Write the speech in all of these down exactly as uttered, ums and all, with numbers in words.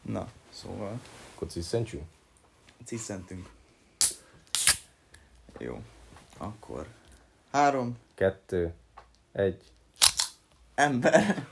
Na, szóval... Akkor ciszentjünk? Ciszentünk. Jó. Akkor... Három. Kettő. Egy. Ember.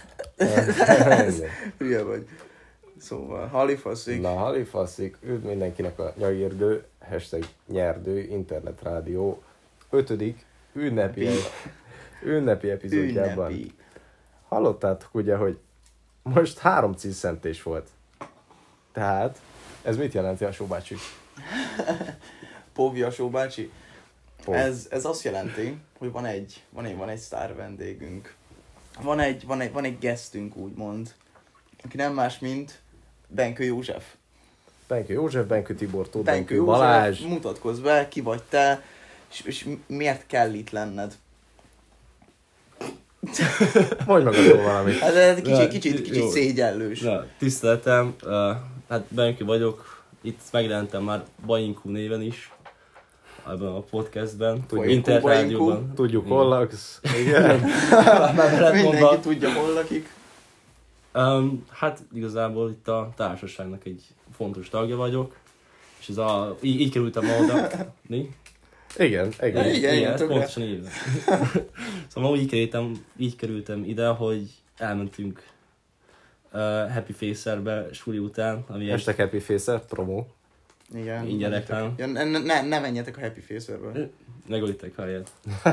Hülye vagy. Szóval, halifaszik. Na, halifaszik. Üdv mindenkinek a nyagérdő, hashtag nyerdő, internetrádió ötödik ünnepi, ünnepi epizódjában. Ünnepi. Hallottátok ugye, hogy most három ciszentés volt. Tehát, ez mit jelenti, Alsó bácsi? Póvi Alsó bácsi? Ez, ez azt jelenti, hogy van egy, van egy, van egy sztár vendégünk. Van egy, van egy, van egy guestünk, úgymond, aki nem más, mint Benkő József. Benkő József, Benkő Tibor, Tóth, Benkő, Benkő Balázs. József, mutatkozz be, ki vagy te, és, és miért kell itt lenned? Mondj magadról valamit. Hát ez kicsit, kicsit, kicsit szégyellős. Na, tiszteltem, uh, hát Benkő vagyok, itt megjelentem már Bainkú néven is, ebben a podcastben, Interrádióban. Tudjuk, hol laksz. Igen. Mindenki tudja, hol lakik. Um, hát igazából itt a társaságnak egy fontos tagja vagyok, és ez a, így, így kerültem oda. Mi? Igen, igen. Igen, igen, igen pontosan így. Szóval így kerültem, így kerültem ide, hogy elmentünk uh, Happy Facer-be suli után. Ami Hashtag Happy Facer, promo. Igen. Így gyerekem. Ja, ne, ne, ne menjetek a Happy Facer-be. Megölítek feljed.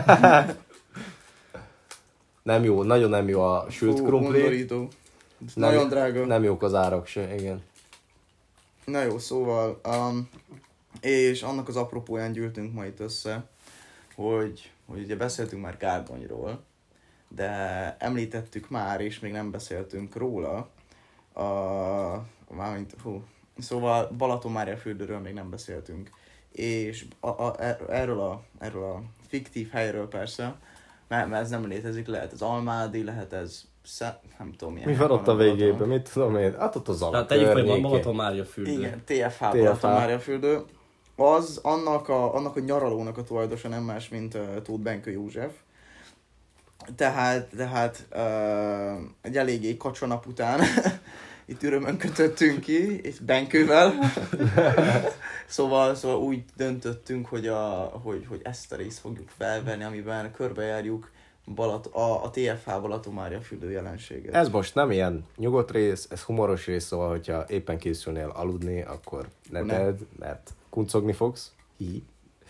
Nem jó, nagyon nem jó a sült Fú, krumpli. undorító. Nagyon drága. Nem jók az árak se, igen. Na jó, szóval, um, és annak az apropóján gyűltünk ma itt össze, hogy, hogy ugye beszéltünk már Gárdonyról, de említettük már, és még nem beszéltünk róla, a, mármint, hú, szóval Balatonmárja-fürdőről még nem beszéltünk, és a, a, erről, a, erről a fiktív helyről persze, mert, mert ez nem létezik, lehet ez Almádi, lehet ez Sze... nem tudom milyen. Mi van ott a végében, mit tudom én? Hát ott az alap környékén. Tehát tegyük fel, Balatonmárja-fürdő. Igen, té ef há Balatonmárja-fürdő. Az annak a, annak a nyaralónak a tulajdonosa nem más, mint uh, Tóth Benkő József. Tehát, tehát uh, egy eléggé kacsanap után itt ürömön kötöttünk ki, itt Benkővel. szóval, szóval úgy döntöttünk, hogy, a, hogy, hogy ezt a részt fogjuk felvenni, amiben körbejárjuk Balat, a, a té ef há Balatonmárja-fürdő jelenséget. Ez most nem ilyen nyugodt rész, ez humoros rész, szóval hogyha éppen készülnél aludni, akkor ne ne. tedd, mert kuncogni fogsz. Hi.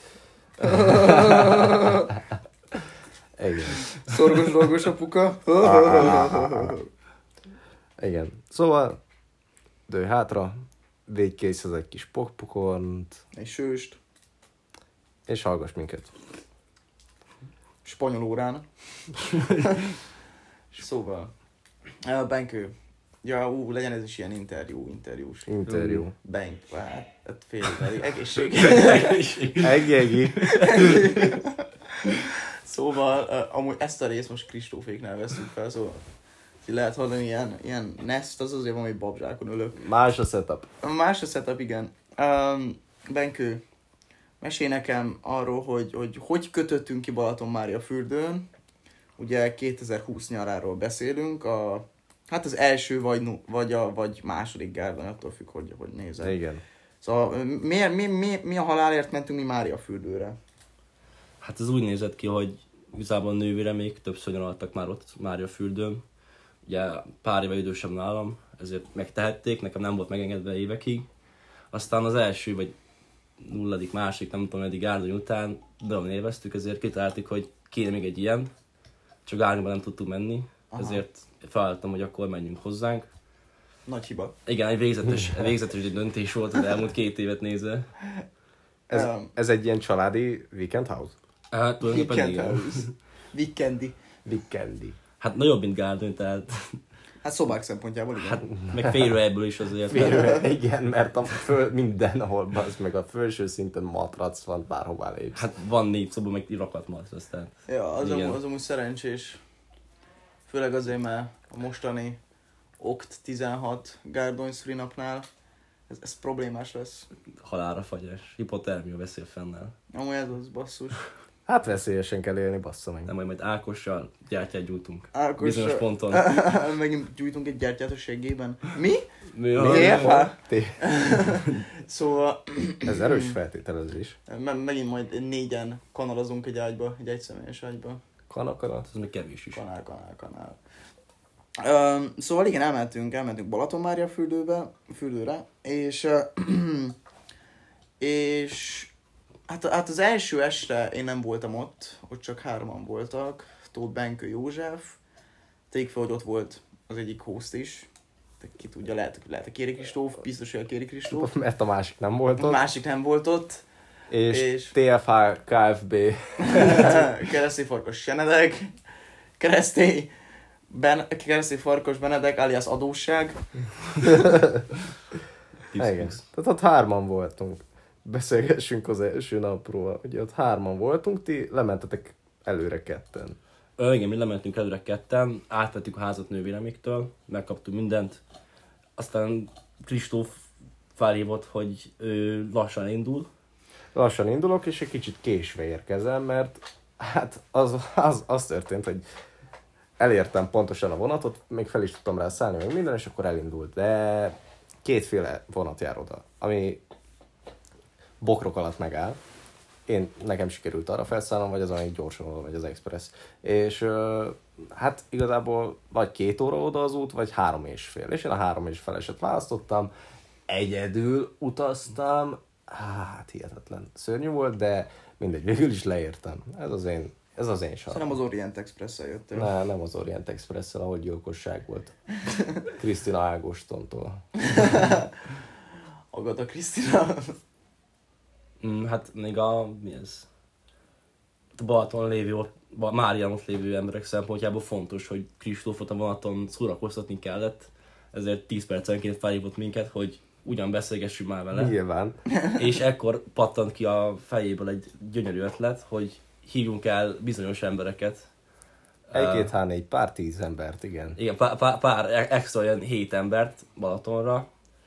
Igen. Szorgos dolgos apuka. Igen. Szóval dőj hátra, végy készhez egy kis popcornt. Egy sőst. És hallgass minket. Spanyol órán. Szóval, uh, Benkő. Ja, ú, legyen ez is ilyen interjú, interjús. Interjú. Uh, Benk, hát, hát fél egészség. Egégi. Szóval, uh, amúgy ezt a részt most Kristóféknál veszünk fel, szóval lehet hallani ilyen, ilyen Nest, az azért van, hogy babzsákon ülök. Más a setup. Más a setup, igen. Um, Benkő, mesélj nekem arról, hogy, hogy hogy kötöttünk ki Balatonmárja-fürdőn. Ugye kétezer-húsz nyaráról beszélünk, a, hát az első vagy, vagy, a, vagy második Gárdony, attól függ, hogy, hogy nézed. Igen. Szóval mi, mi, mi, mi a halálért mentünk mi Mária-fürdőre? Hát ez úgy nézett ki, hogy igazából nővére még többször nyaraltak már ott Mária-fürdőn. Ugye pár éve idősebb nálam, ezért megtehették, nekem nem volt megengedve évekig. Aztán az első, vagy nulladik, másik, nem tudom, eddig Gárdony után nagyon élveztük, ezért kitaláltuk, hogy kéne még egy ilyen. Csak Gárdonyban nem tudtunk menni, aha, ezért felálltam, hogy akkor menjünk hozzánk. Nagy hiba. Igen, egy végzetes, végzetes egy döntés volt az elmúlt két évet nézve. Ez, Um, ez egy ilyen családi weekend house? Hát tulajdonképpen igen. Weekendi. Weekendi. Hát nagyobb, mint Gárdony, tehát... Hát szobák szempontjából, igen. Hát meg férőhelyből is azért. Férő, igen, mert a föl, mindenhol, az meg a felső szinten matrac van, bárhová lépsz. Hát van négy szoba, meg rakat matrac, tehát... Ja, az, amúgy, az amúgy szerencsés. Főleg azért, mert a mostani okt tizenhat Gárdony szülinapnál ez, ez problémás lesz. Halálra fagyás, hipotermia veszély fennáll. Amúgy ez az basszus. Hát veszélyesen kell élni, bassza meg. Nem, majd majd Ákossal gyártyát gyújtunk. Ákos, bizonyos ponton. Megint gyújtunk egy gyertyát a seggében. Mi? té ef há? T- Szóval Ez erős feltételezés. me- megint majd négyen kanalazunk egy ágyba, egy egyszemélyes ágyba. Kanakarat? Ez még kevés is. Kanál, kanál, kanál. Um, szóval igen, elmentünk, elmentünk Balatonmária fürdőbe, fürdőre, és, uh, és hát, hát az első este én nem voltam ott, ott csak hárman voltak, Tóth Benkő József, tegyük fel, hogy ott volt az egyik host is, de ki tudja, lehet, lehet a Kéri Kristóf, biztos, hogy a Kéri Kristóf, Mert a másik nem volt a ott. másik nem volt ott, És, és- té ef há ká ef bé. Keresztély Farkas Senedek, Keresztély, ben, Keresztély Farkas Benedek, alias adósság. Igen. Tehát ott hárman voltunk. Beszélgessünk az első napról. Ugye ott hárman voltunk, ti lementetek előre ketten. Ö, igen, mi lementünk előre ketten, átvettük a házat nővéreméktől, megkaptuk mindent. Aztán Kristóf felhívott, hogy ő lassan indul. Lassan indulok, és egy kicsit késve érkezem, mert hát az, az, az történt, hogy elértem pontosan a vonatot, még fel is tudtam rá szállni, meg minden, és akkor elindult. De kétféle vonat jár oda, ami bokrok alatt megáll. Én, nekem sikerült arra felszállnom, vagy az, amelyik gyorsan oda, vagy az express. És ö, hát igazából vagy két óra oda az út, vagy három és fél. És én a három és feleset választottam. Egyedül utaztam. Hát hihetetlen. Szörnyű volt, de mindegy, végül is leértem. Ez az én, ez az én sarkom. Szerintem az Orient Express-szel jöttél. Ne, nem az Orient Express-szel, ahol gyilkosság volt. Krisztina Ágostontól. Agatha Krisztina. Mm, hát még a, mi ez? A Balaton lévő, ott, Ba- Márián ott lévő emberek szempontjából fontos, hogy Kristófot a vonaton szórakoztatni kellett, ezért tíz percenként felhívott minket, hogy ugyan beszélgessünk már vele. Nyilván. És ekkor pattant ki a fejéből egy gyönyörű ötlet, hogy hívjunk el bizonyos embereket. Egy-két, há, négy, pár tíz embert, igen. Igen, pár, pár, pár extra olyan hét embert Balatonra.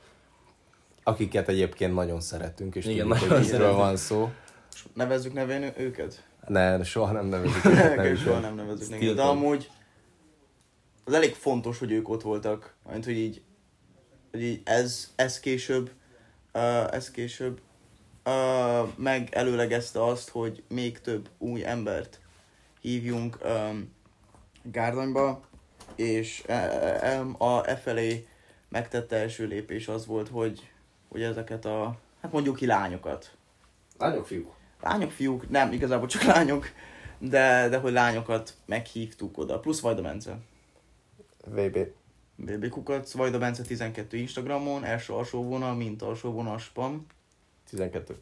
Akiket egyébként nagyon szeretünk, és Igen, tudjuk, nagyon hogy kikről szeretünk. van szó. Nevezzük nevén ő- őket? Ne, soha nem nevezzük őket Soha nevükön. nem nevezzük nevén. Tiltott. De amúgy az elég fontos, hogy ők ott voltak. Mint, hogy így, hogy így ez, ez később, uh, ez később uh, megelőlegezte azt, hogy még több új embert hívjunk um, Gárdonyba, és uh, um, a e felé megtett első lépés az volt, hogy, hogy ezeket a, hát mondjuk ki lányokat, Lányok, fiúk. lányok, fiúk, nem, igazából csak lányok, de, de hogy lányokat meghívtuk oda, plusz Vajda Bence. vé bé. bé bé Kukac, Vajda Bence tizenkettő Instagramon, első alsó vonal, mint alsó vonal spam. tizenkettő.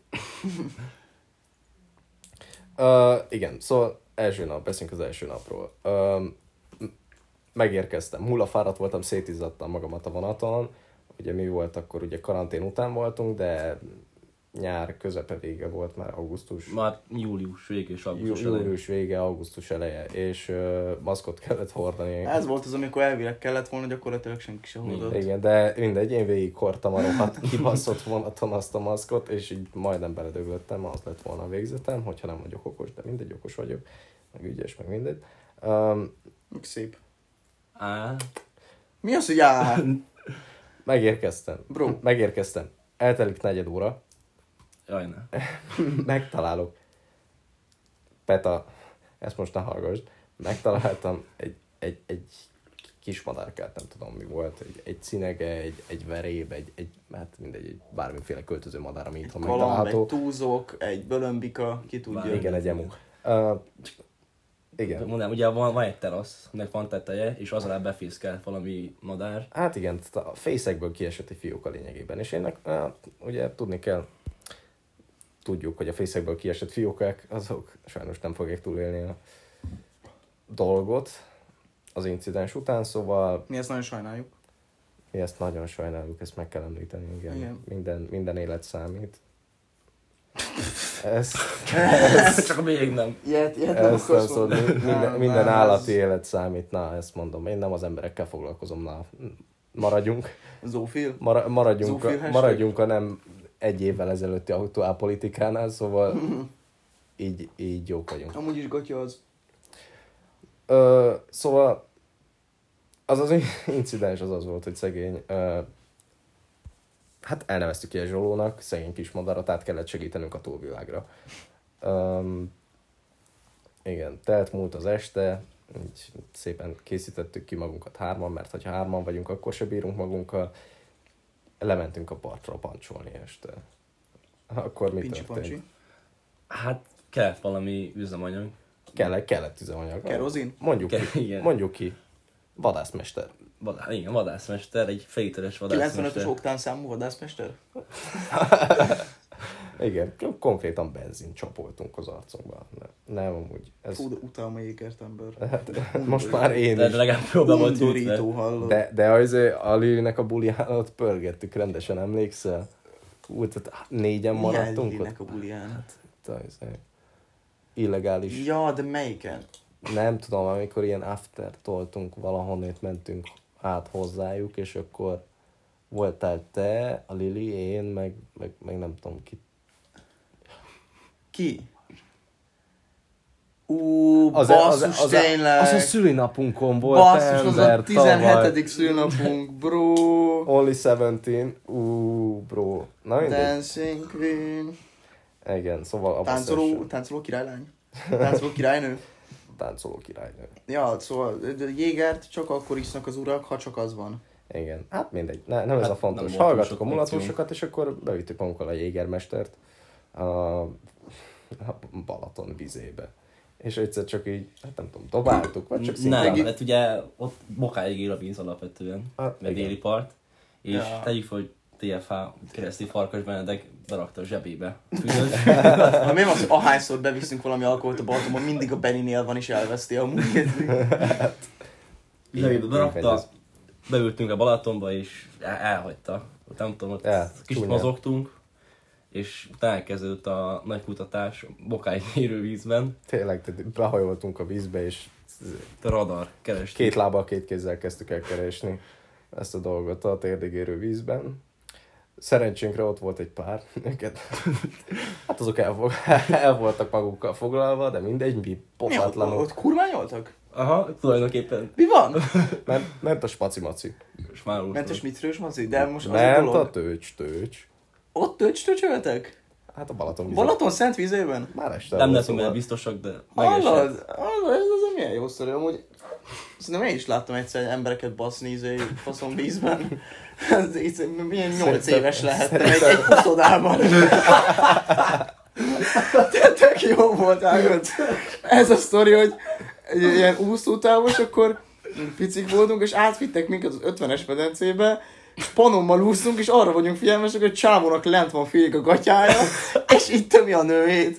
uh, igen, szóval első nap, beszélünk az első napról. Uh, megérkeztem, hullafáradt voltam, szétizzadtam magamat a vonaton. Ugye mi volt akkor, ugye karantén után voltunk, de nyár közepe vége volt már, augusztus. Már július vége és augusztus Jú- eleje. Július vége, augusztus eleje, és uh, maszkot kellett hordani. Ez volt az, amikor elvileg kellett volna, gyakorlatilag senki sem hordott. Igen, de mindegy, én végig hordtam a rohadt kibaszott vonaton azt a maszkot, és így majdnem beledöglöttem, az lett volna a végzetem, hogyha nem vagyok okos, de mindegy, okos vagyok, meg ügyes, meg mindegy. Um, Szép. Á, Mi az, hogy áh? megérkeztem. Bro. Megérkeztem. Eltelik negyed óra, jaj ne. megtalálok. Peta, ezt most ne hallgass, megtaláltam egy, egy, egy kis madárkát, nem tudom mi volt, egy, egy cinege, egy, egy veréb, egy, egy, hát mindegy, egy bármiféle költöző madár, ami itthon Kalamb, megtalálható. egy túzok, egy bölömbika, ki tudja. Bár- Igen, egy emu. Uh, igen. Mondom, ugye van, van egy terasz, ennek van teteje, és az alá befészkelt valami madár. Hát igen, tehát a fészekből kiesett egy fiók a lényegében, és ennek uh, ugye tudni kell, tudjuk, hogy a fészekből kiesett fiókák, azok sajnos nem fogják túlélni a dolgot az incidens után, szóval Mi ezt nagyon sajnáljuk. mi ezt nagyon sajnáljuk, ezt meg kell említeni, igen. Igen. Minden, minden élet számít. Ez, Csak még nem. Ilyet, ilyet nem ezt nem akarsz szól, mondani. minden, Nem, minden nem, állati ez élet számít, na ezt mondom, én nem az emberekkel foglalkozom, na maradjunk. Zófil? Mara- maradjunk, Zoofield a, hashtag? maradjunk a nem egy évvel ezelőtti aktuálpolitikánál, szóval így, így jók vagyunk. Amúgy is gatya az. Ö, szóval az az incidens az az volt, hogy szegény ö, hát elneveztük ki a Zsolónak, szegény kis madarat, át kellett segítenünk a túlvilágra. Um, igen, telt múlt az este, így szépen készítettük ki magunkat hárman, mert ha hárman vagyunk, akkor se bírunk magunkkal. Lementünk a partra pancsolni este. Akkor mi Pincsi történt? pancsi. Hát kellett valami üzemanyag. Kellett, kellett üzemanyag. Kerozin? Mondjuk Ke- ki, igen. mondjuk ki. Vadászmester. Vadá, igen, vadászmester, egy féliteres vadászmester. kilencvenötös oktán számú vadászmester? Igen, konkrétan benzin csapoltunk az arcunkba. Nem, nem amúgy. Ez, Fú, de utálom a jégert ember. hát, most már én De is. legalább próbál volt Undorító, ütve. hallod. De, de az a Lilinek a bulián ott pörgettük rendesen, emlékszel? Úgy, tehát négyen maradtunk ott. Jellinek a bulián. Az, illegális. Ja, de melyiken? Nem tudom, amikor ilyen after toltunk valahonnét mentünk át hozzájuk, és akkor voltál te, a Lili, én, meg, meg, meg nem tudom ki. Ki? Ú, Az, basszus, az, az, tényleg. az a szülinapunkon volt, Basszus, az ember, a tizenhetedik tavaly. szülnapunk, bro. Only seventeen, ú, bro. Na mindegy. Dancing Queen. Igen, szóval a Táncoló, táncoló királylány? Táncoló királynő? táncoló királynő. Ja, szóval de jégert csak akkor isznak az urak, ha csak az van. Igen, hát mindegy, ne, nem ez Hát a fontos. nem volt Hallgattuk túl a sok mulatósokat, és akkor bevittük magunkkal a jégermestert a, a Balaton vizébe. És egyszer csak így, hát nem tudom, dobáltuk, vagy csak Nem, szintén. mert ugye ott bokáig ér a víz alapvetően, Hát, meg igen. déli part, és Ja. tegyük fel, hogy té ef á kereszti Farkas Benedek berakta a zsebébe. Na, miért van, hogy ahányszor beviszünk valami alkoholt a Balatonban, mindig a Benninél van és elveszti amúgy. Zsebébe berakta, így megy ez. beültünk a Balatonba, és el- elhagyta. Ott nem tudom, ott El, kicsit csúnyán. mozogtunk, és utána elkezdődött a nagy kutatás bokáig érő vízben. Tényleg, tehát behajoltunk a vízbe, és A radar kerestük. két lábbal, két kézzel kezdtük el keresni ezt a dolgot a térdig érő vízben. Szerencsénkre ott volt egy pár, őket, hát azok el, fog, el voltak magukkal foglalva, de mindegy, mi Mi ott, pofátlanul. ott kurványoltak? Aha, tulajdonképpen. Mi van? Ment, ment a spaci-maci. És már Ment a smitrős maci? De most az a Ment dolog. a tőcs, tőcs. Ott tőcs-tőcsöltek? Hát a Balaton vizet. Balaton szent vízében? Már este Nem volt, leszünk benne szóval. biztosak, de Hallod? megesett. Hallod? Ez, ez milyen jó sztori, amúgy. Szerintem én is láttam egyszer embereket baszni izé faszom vízben. Ez így milyen nyolc Szerintem- éves lehettem egy, egy huszodában. De tök jó volt, Ágod. Ez a sztori, hogy egy ilyen úszótávos, akkor picik voltunk, és átvittek minket az ötvenes medencébe, és panommal úszunk, és arra vagyunk figyelmesek, hogy csávónak lent van félig a gatyája, és itt tömi a nőjét.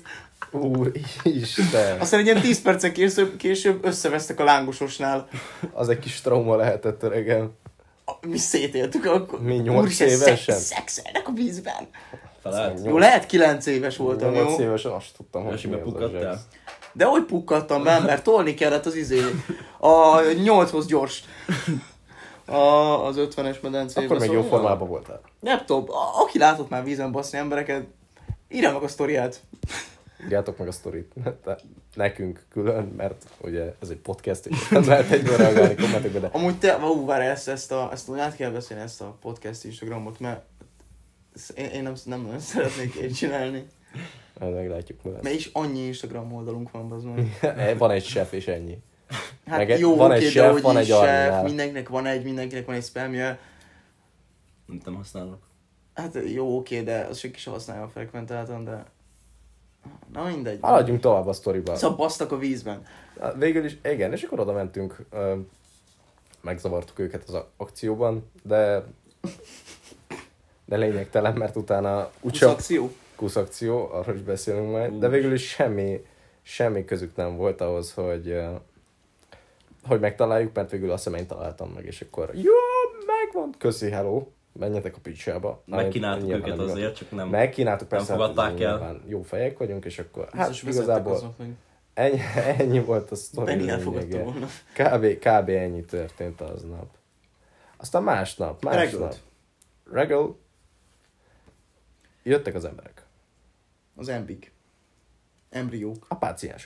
Úristen! Aztán egy ilyen tíz percen később, később összevesztek a lángososnál. Az egy kis trauma lehetett, öregem. Mi szétéltük akkor. Mi nyolc Úristen, évesen? szex- Szexelnek a vízben. Felállt. Jó, lehet kilenc éves voltam, nyolc jó? évesen azt tudtam, hogy Esélybe mi az a pukkadtál? zsex. De hogy pukkadtam be, mert tolni kellett az izé. A nyolchoz gyors. A, az ötvenes medencében. Akkor még jó szóval- formában voltál. Laptop. A, aki látott már vízen baszni embereket, írja meg a sztoriát. Írjátok meg a sztorit. De nekünk külön, mert ugye ez egy podcast, és nem lehet egyből reagálni kommentekbe, de Amúgy te, ú, várj, ezt, ezt, a, ezt át kell beszélni, ezt a podcast Instagramot, mert ezt én, én nem, nem nagyon szeretnék én csinálni. majd meglátjuk mi lesz. Mert is annyi Instagram oldalunk van, az meg. Van egy chef és ennyi. Hát Meg egy- jó, van oké, egy de chef, hogy van is egy chef, arminál. mindenkinek van egy, mindenkinek van egy spamje. Nem használok. Hát jó, oké, de az senki sem használja frekventáltan, de... Na mindegy. Haladjunk tovább a sztoriba. Szóval basztak a vízben. Végül is, igen, és akkor oda mentünk, ö, megzavartuk őket az akcióban, de de lényegtelen, mert utána úgysem Kuszakció? kuszakció, arról is beszélünk majd, de végül is semmi, semmi közük nem volt ahhoz, hogy ö, hogy megtaláljuk, mert végül azt hiszem én találtam meg, és akkor jó, megvan, köszi, hello, menjetek a picsába. Megkínáltuk Nyilván őket nem azért, igaz. csak nem. Megkínáltuk, persze, nem fogadták hát, el. nyilván jó fejek vagyunk, és akkor hát Biztos vezettek igazából azok, hogy ennyi, ennyi volt a sztori. Benni lényege. elfogadta volna. Kb, kb. Ennyi történt aznap. Aztán másnap, másnap. Reggelt. Reggel. Jöttek az emberek. Az embik. Embriók. A páciensek.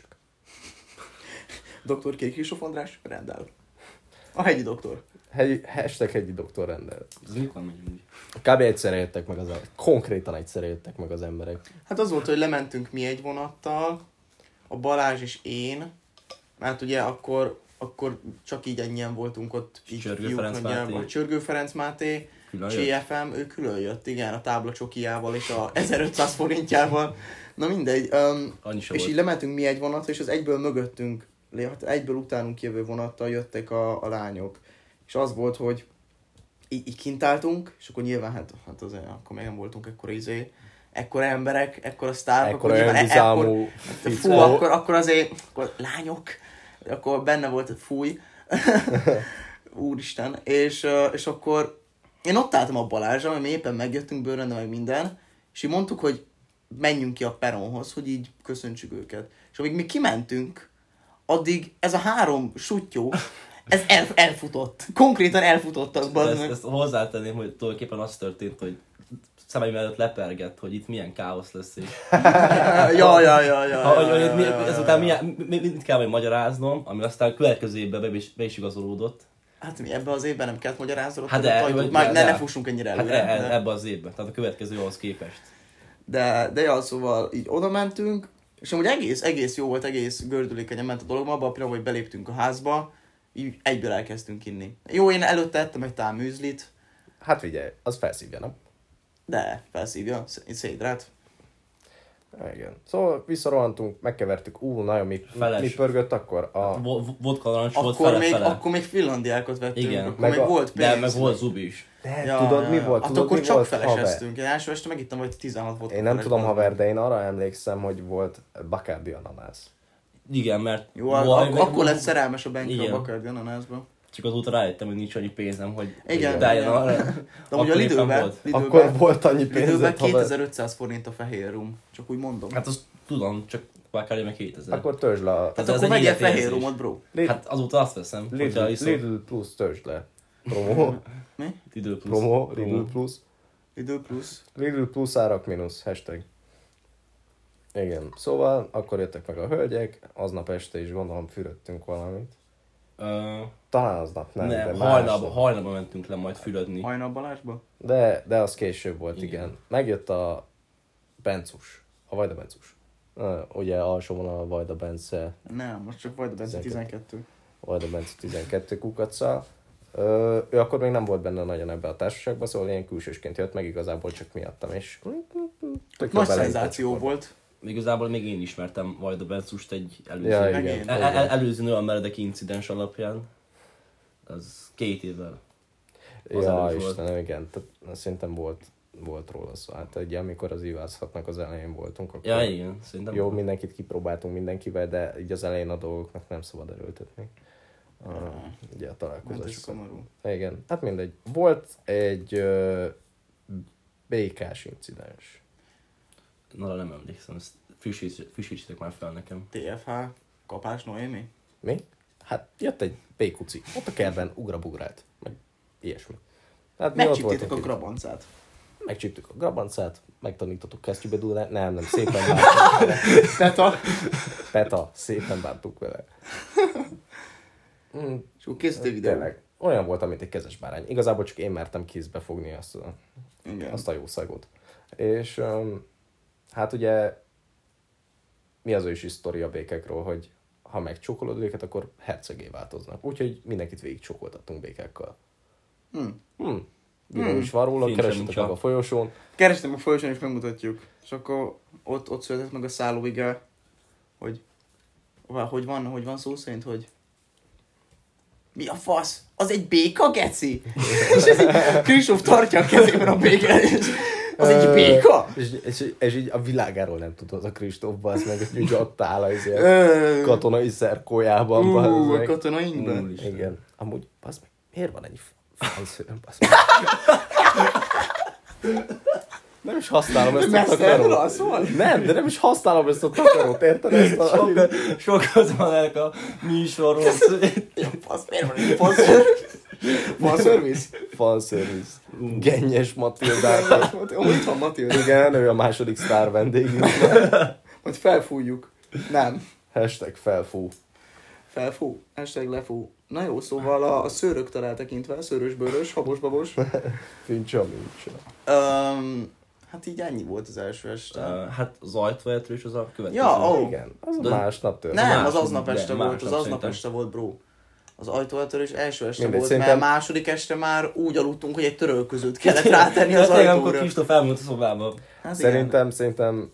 doktor Kék Kristóf András rendel. A hegyi doktor. Hegy, hashtag hegyi doktor rendel. Ez mikor megyünk úgy? Kb. Egyszerre jöttek meg az emberek. Konkrétan egyszerre jöttek meg az emberek. Hát az volt, hogy lementünk mi egy vonattal, a Balázs és én, mert ugye akkor, akkor csak így ennyien voltunk ott. Csörgő Ferenc Máté. Csörgő Ferenc Máté, cé ef em, ő külön jött, igen, a tábla csokiával és a ezerötszáz forintjával. Na mindegy. Um, és volt. Így lementünk mi egy vonatra, és az egyből mögöttünk, egyből utánunk jövő vonattal jöttek a, a lányok. És az volt, hogy így, így kint álltunk, és akkor nyilván, hát, hát azért, akkor még nem voltunk ekkora izé, ekkora emberek, ekkora sztárok, ekkora önbizalmú e, fú, akkor, akkor azért, akkor lányok, akkor benne volt, fúj, úristen, és, és akkor én ott álltam a Balázsra, mert mi éppen megjöttünk bőrönde meg minden, és így mondtuk, hogy menjünk ki a peronhoz, hogy így köszöntsük őket. És amíg mi kimentünk, addig ez a három suttyó, ez el, elfutott. Konkrétan elfutottak. Ezt, ezt hozzátenném, hogy tulajdonképpen az történt, hogy szemeim előtt lepergett, hogy itt milyen káosz lesz. És... ja, ja, ja, ja. Ha, ja, ja, ja ezután milyen, mit kell majd magyaráznom, ami aztán következő évben be is, be is igazolódott. Hát mi ebben az évben nem kellett magyaráznod? Hát de, vagy, már de, ne, de, ne fussunk ennyire előre. Hát e, ebben az évben, tehát a következő ahhoz képest. De, de ja, szóval így oda mentünk, és amúgy egész, egész jó volt, egész gördülékenyen ment a dolog, abban a pillanatban, hogy beléptünk a házba, így egyből elkezdtünk inni. Jó, én előtte ettem egy tál műzlit. Hát figyelj, az felszívja, nem? De, felszívja, szédrát. Igen. Szóval visszarohantunk, megkevertük, ú, nagyon mi, mi pörgött akkor? A... Vodka narancs volt fele, még, fele. Akkor még finlandiákat vettünk, igen. akkor meg még a, volt pénz. De meg volt zubi is. De ja, tudod ja, mi volt? Hát tudod, akkor mi csak volt, feleseztünk. Én első este megittem, hogy tizenhat vodka. Én nem tudom haver, de én arra emlékszem, hogy volt Bacardi ananász. Igen, mert... Jó, ak- meg, akkor lett szerelmes a Benki a Bacardi ananászba. Csak azóta rájöttem, hogy nincs annyi pénzem, hogy igen, beálljon arra. De ugye a Lidlben, akkor volt annyi pénzed, Lidlben kétezer-ötszáz forint a fehér rum. Csak úgy mondom. Hát azt tudom, csak Bacardi meg kétezer. Akkor törzs le a... Tehát akkor vegyél fehér rumot, bro. Hát azóta azt veszem. Lidl, Lidl Plus törzs le. Promo. Mi? Lidl Plus. Promo, Lidl Plus. Lidl Plus. Lidl Plus árak mínusz, hashtag. Igen, szóval akkor jöttek meg a hölgyek, aznap este is gondolom fürödtünk valamit. Uh, Talán aznap nem, nem de hajnalba, hajnalba mentünk le majd fürödni. Hajnal Balázsba? De, de az később volt, igen. igen. Megjött a Bencus, a Vajda Bencus. Uh, ugye alsóban a Vajda Bence. Nem, most csak Vajda Bence tizenkettő. Vajda Bence tizenkettő kukacsal. Uh, ő akkor még nem volt benne nagyon ebbe a társaságban, szóval ilyen külsősként jött meg igazából csak miattam, és... Nagy szenzáció volt. Igazából még én ismertem Vajda Bencust egy előző, ja, igen, el, el, előző olyan meredek incidens alapján. Az két évvel. Ja, Istenem, igen. Tehát, szerintem volt, volt róla szó. Hát ugye, amikor az ivászhatnak az elején voltunk, akkor ja, igen, szerintem jó, mindenkit kipróbáltunk mindenkivel, de így az elején a dolgoknak nem szabad erőltetni. Uh, ugye a találkozásokat. Igen, hát mindegy. Volt egy uh, bé ká-s incidens. Na, nem emlékszem, ezt frissítsétek már fel nekem. té ef há, Kapás Noémi? Mi? Hát jött egy békuci, ott a kertben ugrabugrált, meg ilyesmi. Hát megcsíptétek a grabancát. Megcsíptük a grabancát, megtanítottuk kesztyűbe dúlni, nem, nem, szépen bántunk vele. Peta? Peta, szépen bántunk vele. Mm, és akkor készült egy videó. Tényleg, olyan volt, mint egy kezes bárány. Igazából csak én mertem kézbe fogni azt a, azt a jószágot. És um, hát ugye mi az ősi sztori a békákról, hogy ha megcsókolod őket, akkor hercegé változnak. Úgyhogy mindenkit végig csókoltattunk békákkal. Hmm. Hmm. Videó hmm. is van róla, keressetek meg a folyosón. Kerestem a folyosón és megmutatjuk. És akkor ott, ott született meg a szállóige, hogy hogy van, hogy van szó szerint, hogy mi a fasz? Az egy béka, geci? És ez így Kristóf tartja a kezében a békát, és az egy béka? És, és, és így a világáról nem tudod a Kristófba, az meg, hogy ott áll az katonai szerkójában. Ú, a katonainkban? Igen. Amúgy, az meg, miért van ennyi fanszőröm? Nem is használom ezt a takarót. Nem, de nem is használom ezt a takarót, érted? Ezt a... Sokkal, sokkal van ennek a műsorhoz. Fasz, miért van egy fanszörvisz? Fanszörvisz? Fanszörvisz. Gennyes Matildát. Itt van Matilda. Igen, ő a második sztár vendégünk. Majd felfújjuk. Nem. Hashtag felfú. Felfú, hashtag lefú. Na jó, szóval a, a szőröktől eltekintve, szőrös-bőrös, habos-babos. Fincsa, mincsa. Um, hát így ennyi volt az első este. Uh, hát az ajtóeltörés az a következő. Ja, ó. Igen, az De- a másnap történt. Nem, más- az aznap de, este másnap volt, az aznap szerintem. este volt, bro. Az ajtóeltörés első este Mindegy, volt, szerintem- mert második este már úgy aludtunk, hogy egy törölközőt kellett rátenni az Tényleg, amikor ajtóra. Kristóf elmúlt a szobába. Hát igen. Szerintem, szerintem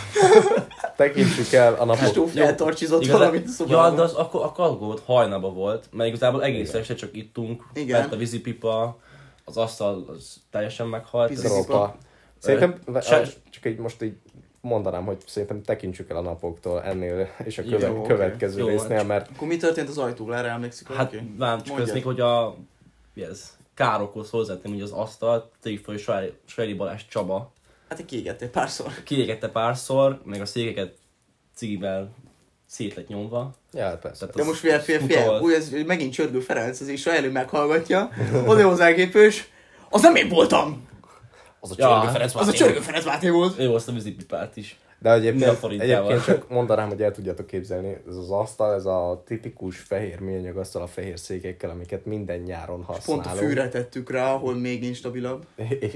tekintsük el a napok. Kristóf eltarcsizott Igazán- valamit a szobában. Ja, de az akkor, akkor az volt, hajnalba volt, mert igazából egész Igen. este csak ittunk, Igen. bent a vízipipa, az asztal az teljesen meghalt. Vízi- Ez- Tropa. Szerintem, Se- a- csak így most így mondanám, hogy szerintem tekintsük el a napoktól ennél és a Jó, köve, oké. következő Jó, résznél, csak- mert Akkor mi történt az ajtóval? Erre emlékszik Hát valaki? nem, csak Mondjad. ez még, hogy a mi ez, károkhoz hozzátenni, hogy az asztalt, Tégfői Sajli Balázs Csaba Hát egy kiégettél párszor. kiégette párszor, meg a székeket cigivel szét lett nyomva. ja, persze. Tehát De az most fél, fél, fél. utolt. Úgy, ez megint Csörgő Ferenc, az is elő meghallgatja. Oda hozzá képős. Az nem én voltam! Az a Ja, Csörgő Ferenc Az a Máté. Csörgő Ferenc Máté volt. Ő hozta a vízipipát is. De egyébként, Minden forintjával. egyébként csak mondanám, hogy el tudjátok képzelni, ez az asztal, ez a tipikus fehér műanyag asztal a fehér székekkel, amiket minden nyáron használunk. Pont a fűre tettük rá, ahol még instabilabb.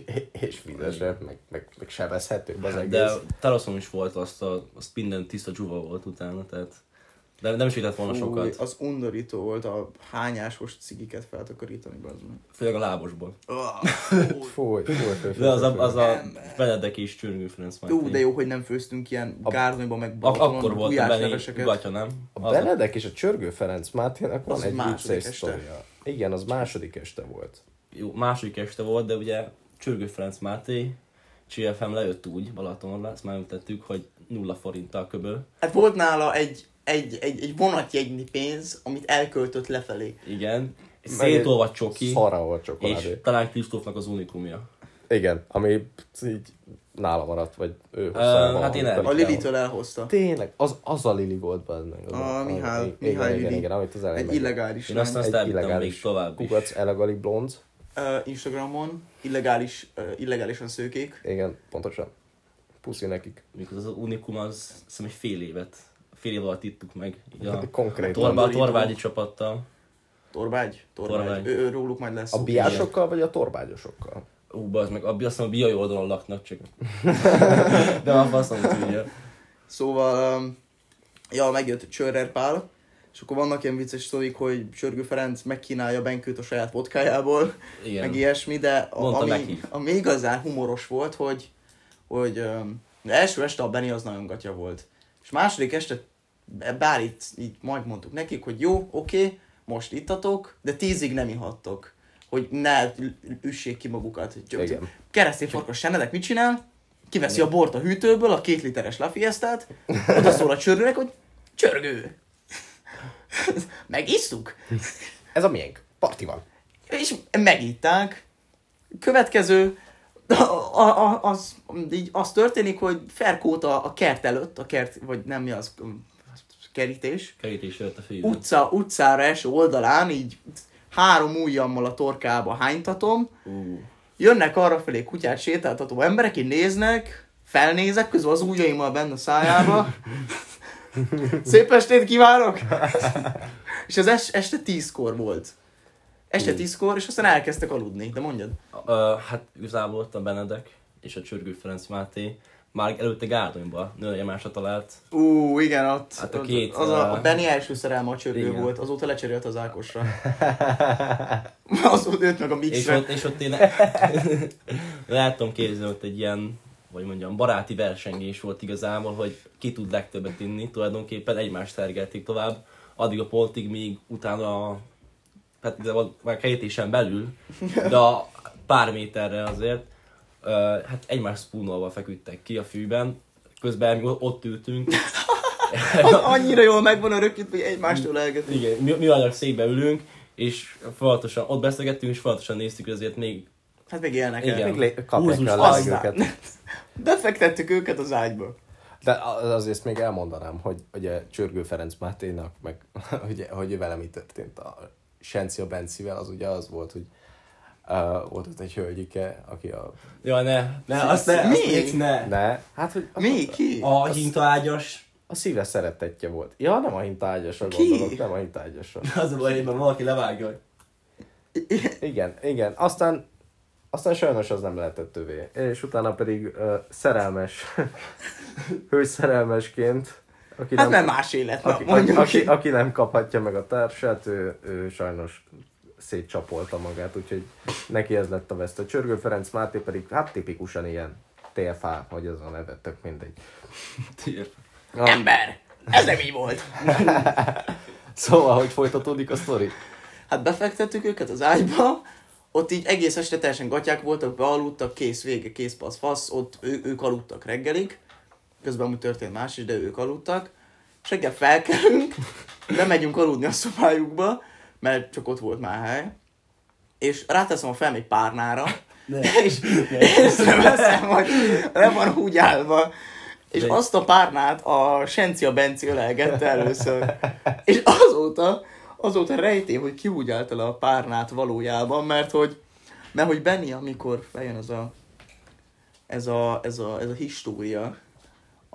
És vizesebb, meg, meg, meg sebezhetőbb az egész. De teraszon is volt azt, a, azt minden tiszta dzsuva volt utána, tehát de nem is vitett volna sokat. Fúj, az undorító volt a hányásos cigiket feltakarítani. Bazd meg. Főleg a lábosból. Ah, Fúj, fúj, fúj, fúj, De az a, az a Ember. Benedek és Csörgő Ferenc Máté. Ú, de jó, hogy nem főztünk ilyen A- gárdonyban, meg Ak- Balatonon akkor volt a gulyás Benni leveseket. Gatya, nem? A Az Benedek és a Csörgő Ferenc Máténak van Az egy második vicces este. sztoria. Igen, az második este volt. Jó, második este volt, de ugye Csörgő Ferenc Máté, cé ef em lejött úgy Balatonra, ezt már említettük, hogy nulla forinttal köböl. Hát volt nála egy, egy, egy, egy vonatjegynyi pénz, amit elköltött lefelé. Igen, Meg szétolvadt csoki, Szarra volt és csokoládé. talán Kristófnak az unikumja. Igen, ami így nála maradt, vagy ő Ö, hozta. hát én el. el- A Lilitől elhozta. Tényleg, az, az a Lili volt benne. meg. Az A Mihály- igen, Mihály igen, Lili. igen, amit az elején Egy meg- illegális Én lány. aztán azt egy elvittem még illegális tovább is. kukac, illegális blond. Uh, Instagramon illegális, uh, illegálisan szőkék. Igen, pontosan. Puszi nekik. Mikor az unikum az, azt hiszem egy fél évet, fél év alatt ittuk meg. Így a Konkrétan. Torba, a Undorító. Torvágyi csapattal. Torbágy? Torbágy. Torbágy. Ő, ő, róluk majd lesz A szó. biásokkal, vagy a torbágyosokkal? Ú, bazd meg, a, azt hiszem a biai oldalon laknak csak. De már faszom tudja. Szóval, um, ja, megjött Csörrer Pál, és akkor vannak ilyen vicces sztorik, hogy Csörgő Ferenc megkínálja Benkőt a saját vodkájából, Igen. meg ilyesmi, de a, Mondta ami, neki. ami igazán humoros volt, hogy, hogy um, az első este a Benny az nagyon gatya volt. És második este, bár itt így majd mondtuk nekik, hogy jó, oké, most ittatok, de tízig nem ihattok. Hogy ne üssék ki magukat. Igen. Keresztény farkas senedek mit csinál? Kiveszi a bort a hűtőből, a két literes La Fiestát, oda szól a Csörgőnek, hogy Csörgő! Megisszuk? Ez a miénk. Parti van. És megitták. Következő, a, a, a, az, így az történik, hogy Ferkót a, a kert előtt, a kert, vagy nem mi az, kerítés, Kerítés jött a fejében. utca, utcára eső oldalán, így három ujjammal a torkába hánytatom, Ú, jönnek arrafelé kutyát sétáltató emberek, így néznek, felnézek, közben az ujjaimmal benne a szájába. Szép estét kívánok! És az es- este tízkor volt. Este tízkor, és aztán elkezdtek aludni. De mondjad. Ö, hát igazából ott a Benedek és a Csörgő Ferenc Máté már előtte Gárdonyba nőjemásra talált. Ú, igen, ott, Hát a ott- két, az a, a uh, Benny első szerelme a Csörgő igen. volt, azóta lecserélt az Ákosra. Azóta őt meg a És Mixre. ott, és ott én láttam képzelni, ott egy ilyen, vagy mondjam, baráti versengés volt igazából, hogy ki tud legtöbbet inni, tulajdonképpen egymást tergelték tovább, addig a pontig, míg utána a, hát igazából már kerítésen belül, de a pár méterre azért, ö, hát egymás spúnolva feküdtek ki a fűben, közben mi ott ültünk. Az annyira jól megvan örökítve, hogy egymástól elgetünk. Igen, mi, mi anyag székbe ülünk, és folyamatosan ott beszélgettünk, és folyamatosan néztük, hogy azért még Hát meg élnek Igen. el. Még lé- kapják Húzus el a aztán. levegőket. Befektettük őket az ágyba. De azért még elmondanám, hogy ugye Csörgő Ferenc Máténak, meg ugye, hogy vele mi történt a Sencia Bencivel, az ugye az volt, hogy uh, volt ott egy hölgyike, aki a... Ja, ne, ne, azt ne, Mi? azt még ne. Ne, hát hogy... Mi? Ki? A hintaágyas A szíve szeretettje volt. Ja, nem a hintágyasra Ki? gondolok, nem a hintágyasra. Az a baj, hogy valaki levágja, hogy Igen, igen. Aztán, aztán sajnos az nem lehetett tövé. És utána pedig uh, szerelmes, hős szerelmesként, aki Hát nem, nem más élet, aki, mondjuk aki, ki. aki nem kaphatja meg a társát, ő, ő sajnos szétcsapolta magát, úgyhogy neki ez lett a veszte. Csörgő Ferenc Máté pedig, hát tipikusan ilyen té ef á, hogy az a neve, tök mindegy. Ember! Ez nem így volt. Szóval, hogy folytatódik a sztori? Hát befektettük őket az ágyba, ott így egész este teljesen gatyák voltak, bealudtak, kész, vége, kész, passz, fasz, ott ő, ők aludtak reggelig, közben úgy történt más is, de ők aludtak, és reggel felkelünk, bemegyünk aludni a szobájukba, mert csak ott volt már hely, és ráteszem a fel egy párnára, Ne. és észreveszem, hogy le van úgy állva, és De- azt a párnát a Sencia Benci ölelgette először. És azóta, azóta rejté, hogy ki úgy állt le a párnát valójában, mert hogy, mert hogy Benni, amikor feljön ez a, ez a, ez a, ez a história, a,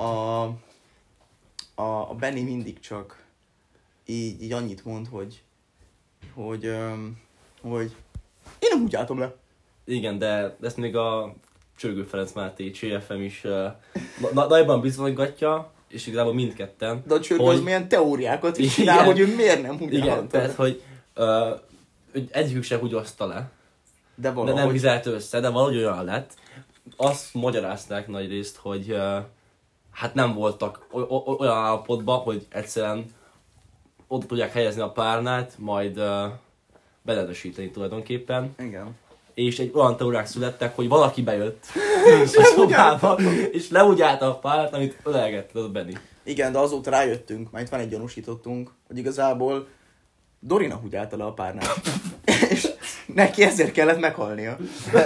a, a Benni mindig csak így, így annyit mond, hogy, hogy, öm, hogy én nem úgy álltam le. igen, de ezt még a Csörgő Ferenc Máté, cé ef em is uh, na- nagyban bizonygatja, és igazából mindketten. De a csörgő hogy- az milyen teóriákat is Igen. csinál, hogy ő miért nem úgy Igen, állta tehát, le. hogy, uh, hogy egyikük se húgyozta le, De de valahogy. nem vizelt össze, de valahogy olyan lett. Azt magyarázták nagy részt, hogy uh, hát nem voltak oly- oly- olyan állapotban, hogy egyszerűen oda tudják helyezni a párnát, majd uh, beledesíteni tulajdonképpen. Igen. És egy olyan teóriák születtek, hogy valaki bejött a szobába, és leúgyálta a párnát, amit ölelgette a Benni. Igen, de azóta rájöttünk, majd van egy gyanúsítottunk, hogy igazából Dorina húgyálta le a párnát. És neki ezért kellett meghalnia.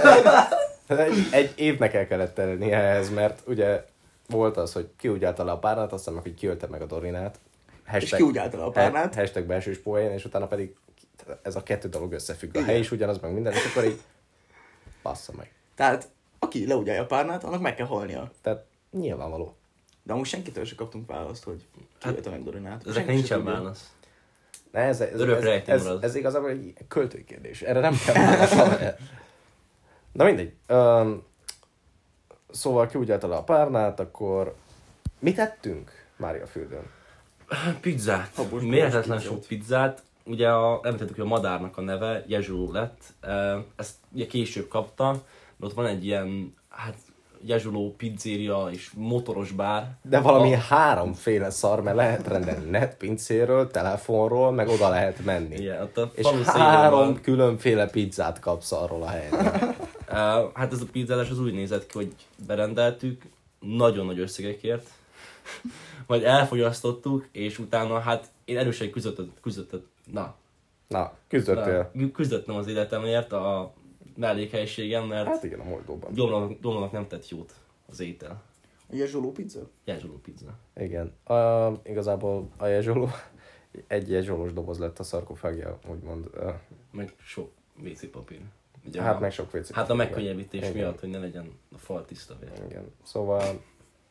Egy, egy évnek el kellett tenni ehhez, mert ugye volt az, hogy ki úgy állt le a párnát, aztán meg, hogy kiölte meg a Dorinát. És ki úgy állt le a párnát. ha- Hashtag belsős poén, és utána pedig ez a kettő dolog összefügg. A Igen. hely is ugyanaz, meg minden, és akkor így bassza meg. Tehát aki leugyálja a párnát, annak meg kell halnia. Tehát nyilvánvaló. De most senkitől sem kaptunk választ, hogy ki ölte meg Dorinát. Ezek Senki nincsen se tudja. válasz. Ne, ez, ez, Örök ez, rejtély ez, marad. ez igazából egy költői kérdés. Erre nem kell válaszolni. Na mindegy. Um, szóval ki úgy állt le a párnát, akkor mit tettünk Mária fürdőn? Pizzát. Habos Mérhetetlen pizzát. sok pizzát. Ugye a, említettük, hogy a madárnak a neve Jezsuló lett. E, Ezt ugye később kapta, de ott van egy ilyen, hát Jezsuló pizzéria és motoros bár. De valami A- háromféle szar, mert lehet rendelni netpincéről, telefonról, meg oda lehet menni. Igen, ott a És falu szélén három van. különféle pizzát kapsz arról a helyről. E, Hát ez a pizzálás az úgy nézett ki, hogy berendeltük, nagyon nagy összegekért, majd elfogyasztottuk, és utána hát én erősen küzdöttem, küzdöttem, na, Na, küzdöttél. na, küzdöttem az életemért a mellékhelyiségem, mert Hát igen, a Moldóban. Gyomlónak, gyomlónak nem tett jót az étel. Ugye Zsoló pizza? Jázsoló pizza. Igen. Uh, igazából a jezsoló, egy jezsolós doboz lett a szarkofágja, úgymond. Uh, Meg sok vé cé papír. Ugye hát a, meg sok vécé. hát a megkönnyebbítés Igen. miatt, hogy ne legyen a fal tiszta vér. Igen. Szóval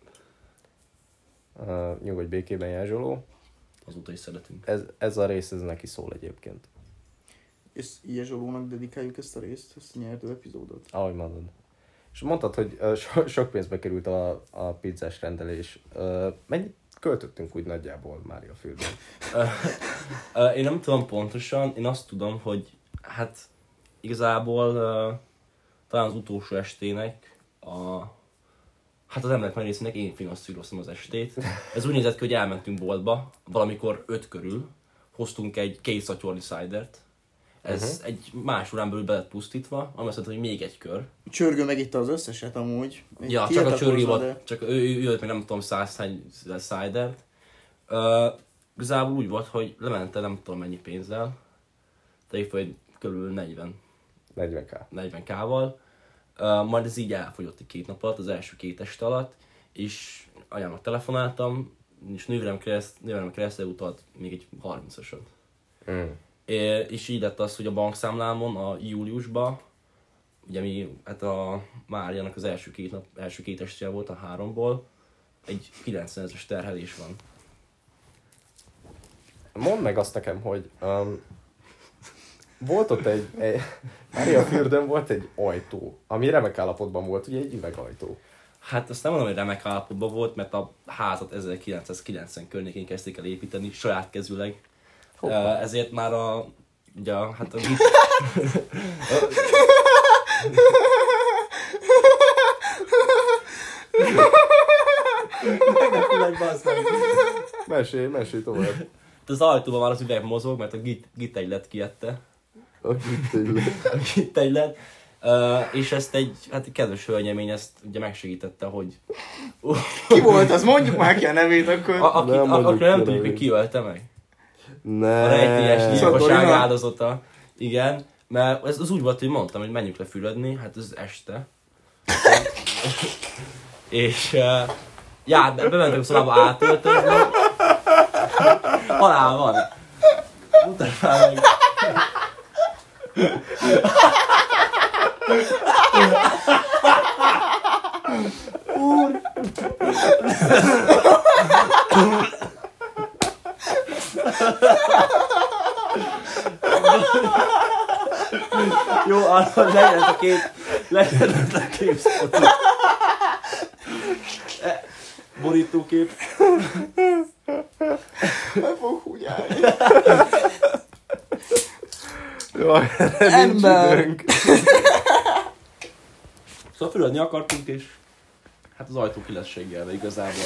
uh, nyugodj békében, jezsoló. Azóta is szeretünk. Ez, ez a rész, ez neki szól egyébként. És ilyen Zsolónak dedikáljuk ezt a részt, ezt a nyertő epizódot. Ahogy mondod. És mondtad, hogy uh, so, sok pénzbe került a, a pizzás rendelés. Uh, mennyit költöttünk úgy nagyjából Mária fürdőn? Ö, ö, Én nem tudom pontosan, én azt tudom, hogy hát igazából ö, talán az utolsó estének a hát az emberek nagy részének én finanszíroztam az estét. Ez úgy nézett ki, hogy elmentünk boltba, valamikor öt körül, hoztunk egy két szatyorli cidert. Ez uh-huh. egy más órán belül be lett pusztítva, ami azt mondta, hogy még egy kör. Csörgő megitta az összeset amúgy. Még Ja, csak a csörgé tiltakozva, volt, csak ő, ő jött meg nem tudom százhány cidert. Uh, igazából úgy volt, hogy lemente nem tudom mennyi pénzzel, de így hogy körülbelül negyven negyven ká. negyven kával. Uh, majd ez így elfogyott egy két nap alatt, az első két este alatt, és anyámnak telefonáltam, és nővérem kereszt, nővérem keresztül utalt még egy harmincasat. Mm. É, és így lett az, hogy a bankszámlámon a júliusban, ugye mi, hát a Máriának az első két nap, első két estéje volt a háromból, egy kilencvenezres terhelés van. Mondd meg azt nekem, hogy um, volt ott egy, egy Máriafürdőn volt egy ajtó, ami remek állapotban volt, ugye egy üvegajtó. Hát azt nem mondom, hogy remek állapotban volt, mert a házat ezerkilencszázkilencven környékén kezdték el építeni, saját kezűleg. Uh, ezért már a... Ugye, hát a... Mesélj, mesélj tovább. Az ajtóban már az üveg mozog, mert a git, gitegylet kiette. A gitegylet. A gitegylet. Uh, és ezt egy, hát egy kedves hölgyemény ezt ugye megsegítette, hogy... Ki volt az? Mondjuk már ki a nevét akkor. A, akit, nem, a, akkor nem ki tudjuk, hogy ki ölte meg. Ne. A rejtélyes Szóval gyilkosság Dorina? áldozata. Igen, mert ez az úgy volt, hogy mondtam, hogy menjünk le fürödni, hát ez este. És uh, já, be, bementünk szobába átöltözni. Halál van. Mutasd már meg. Úr! Jó, arra legyen a kép, legyen a képszót. Borítókép. Nem fog húgyálni. Jaj, Ember. nincs időnk. Szóval fürödni akartunk, és hát az ajtó ki lesz seggelve igazából.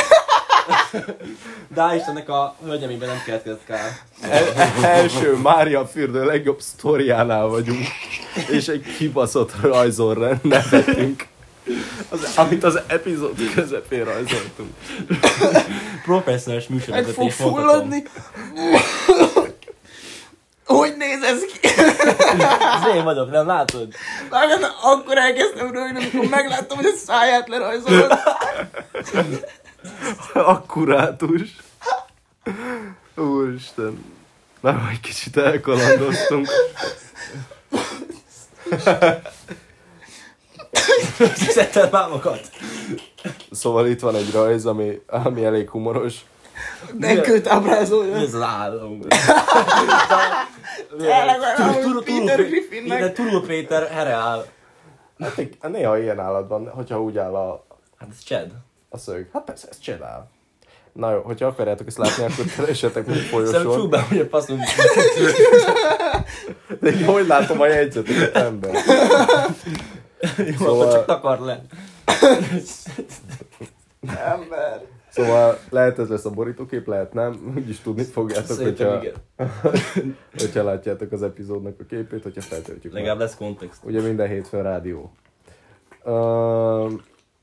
De hál' Istennek a hölgyemében nem keletkezett kár. El, első Máriafürdő legjobb sztoriánál vagyunk, és egy kibaszott rajzon nevetünk, az, amit az epizód közepén rajzoltunk. Professzionális Meg fog műsorvezetés mondhatom. fulladni. Hogy néz ez ki? Ez én vagyok, nem látod? Vágod, akkor elkezdtem rögni, amikor megláttam, hogy a száját lerajzolod. Akkurátus. Úristen. Már egy kicsit elkalandoztunk. Szedted már magad? Szóval itt van egy rajz, ami, ami elég humoros. Denkőt ábrázolja. Ez az álom. Tényleg olyan, hogy Peter Griffinnek. Igen, Turul Péter hereál. Hát egy- néha ilyen állatban, hogyha úgy áll a, Hát ez Chad. a szög. Hát persze, ez csinál. Na jó, hogyha akarjátok ezt látni, akkor keressetek még Szerintem folyosón. csúk be, hogy a passzunk. De én hogy látom a jegyzeteket, ember? Jó, Szóval- akkor csak takard le. Ember. Szóval lehet ez lesz a borítókép, lehet nem. Úgyis tudni fogjátok, Szerintem hogyha, igen. hogyha látjátok az epizódnak a képét, hogyha feltöltjük. Legalább Már. lesz kontext. Ugye minden hétfőn rádió. Um,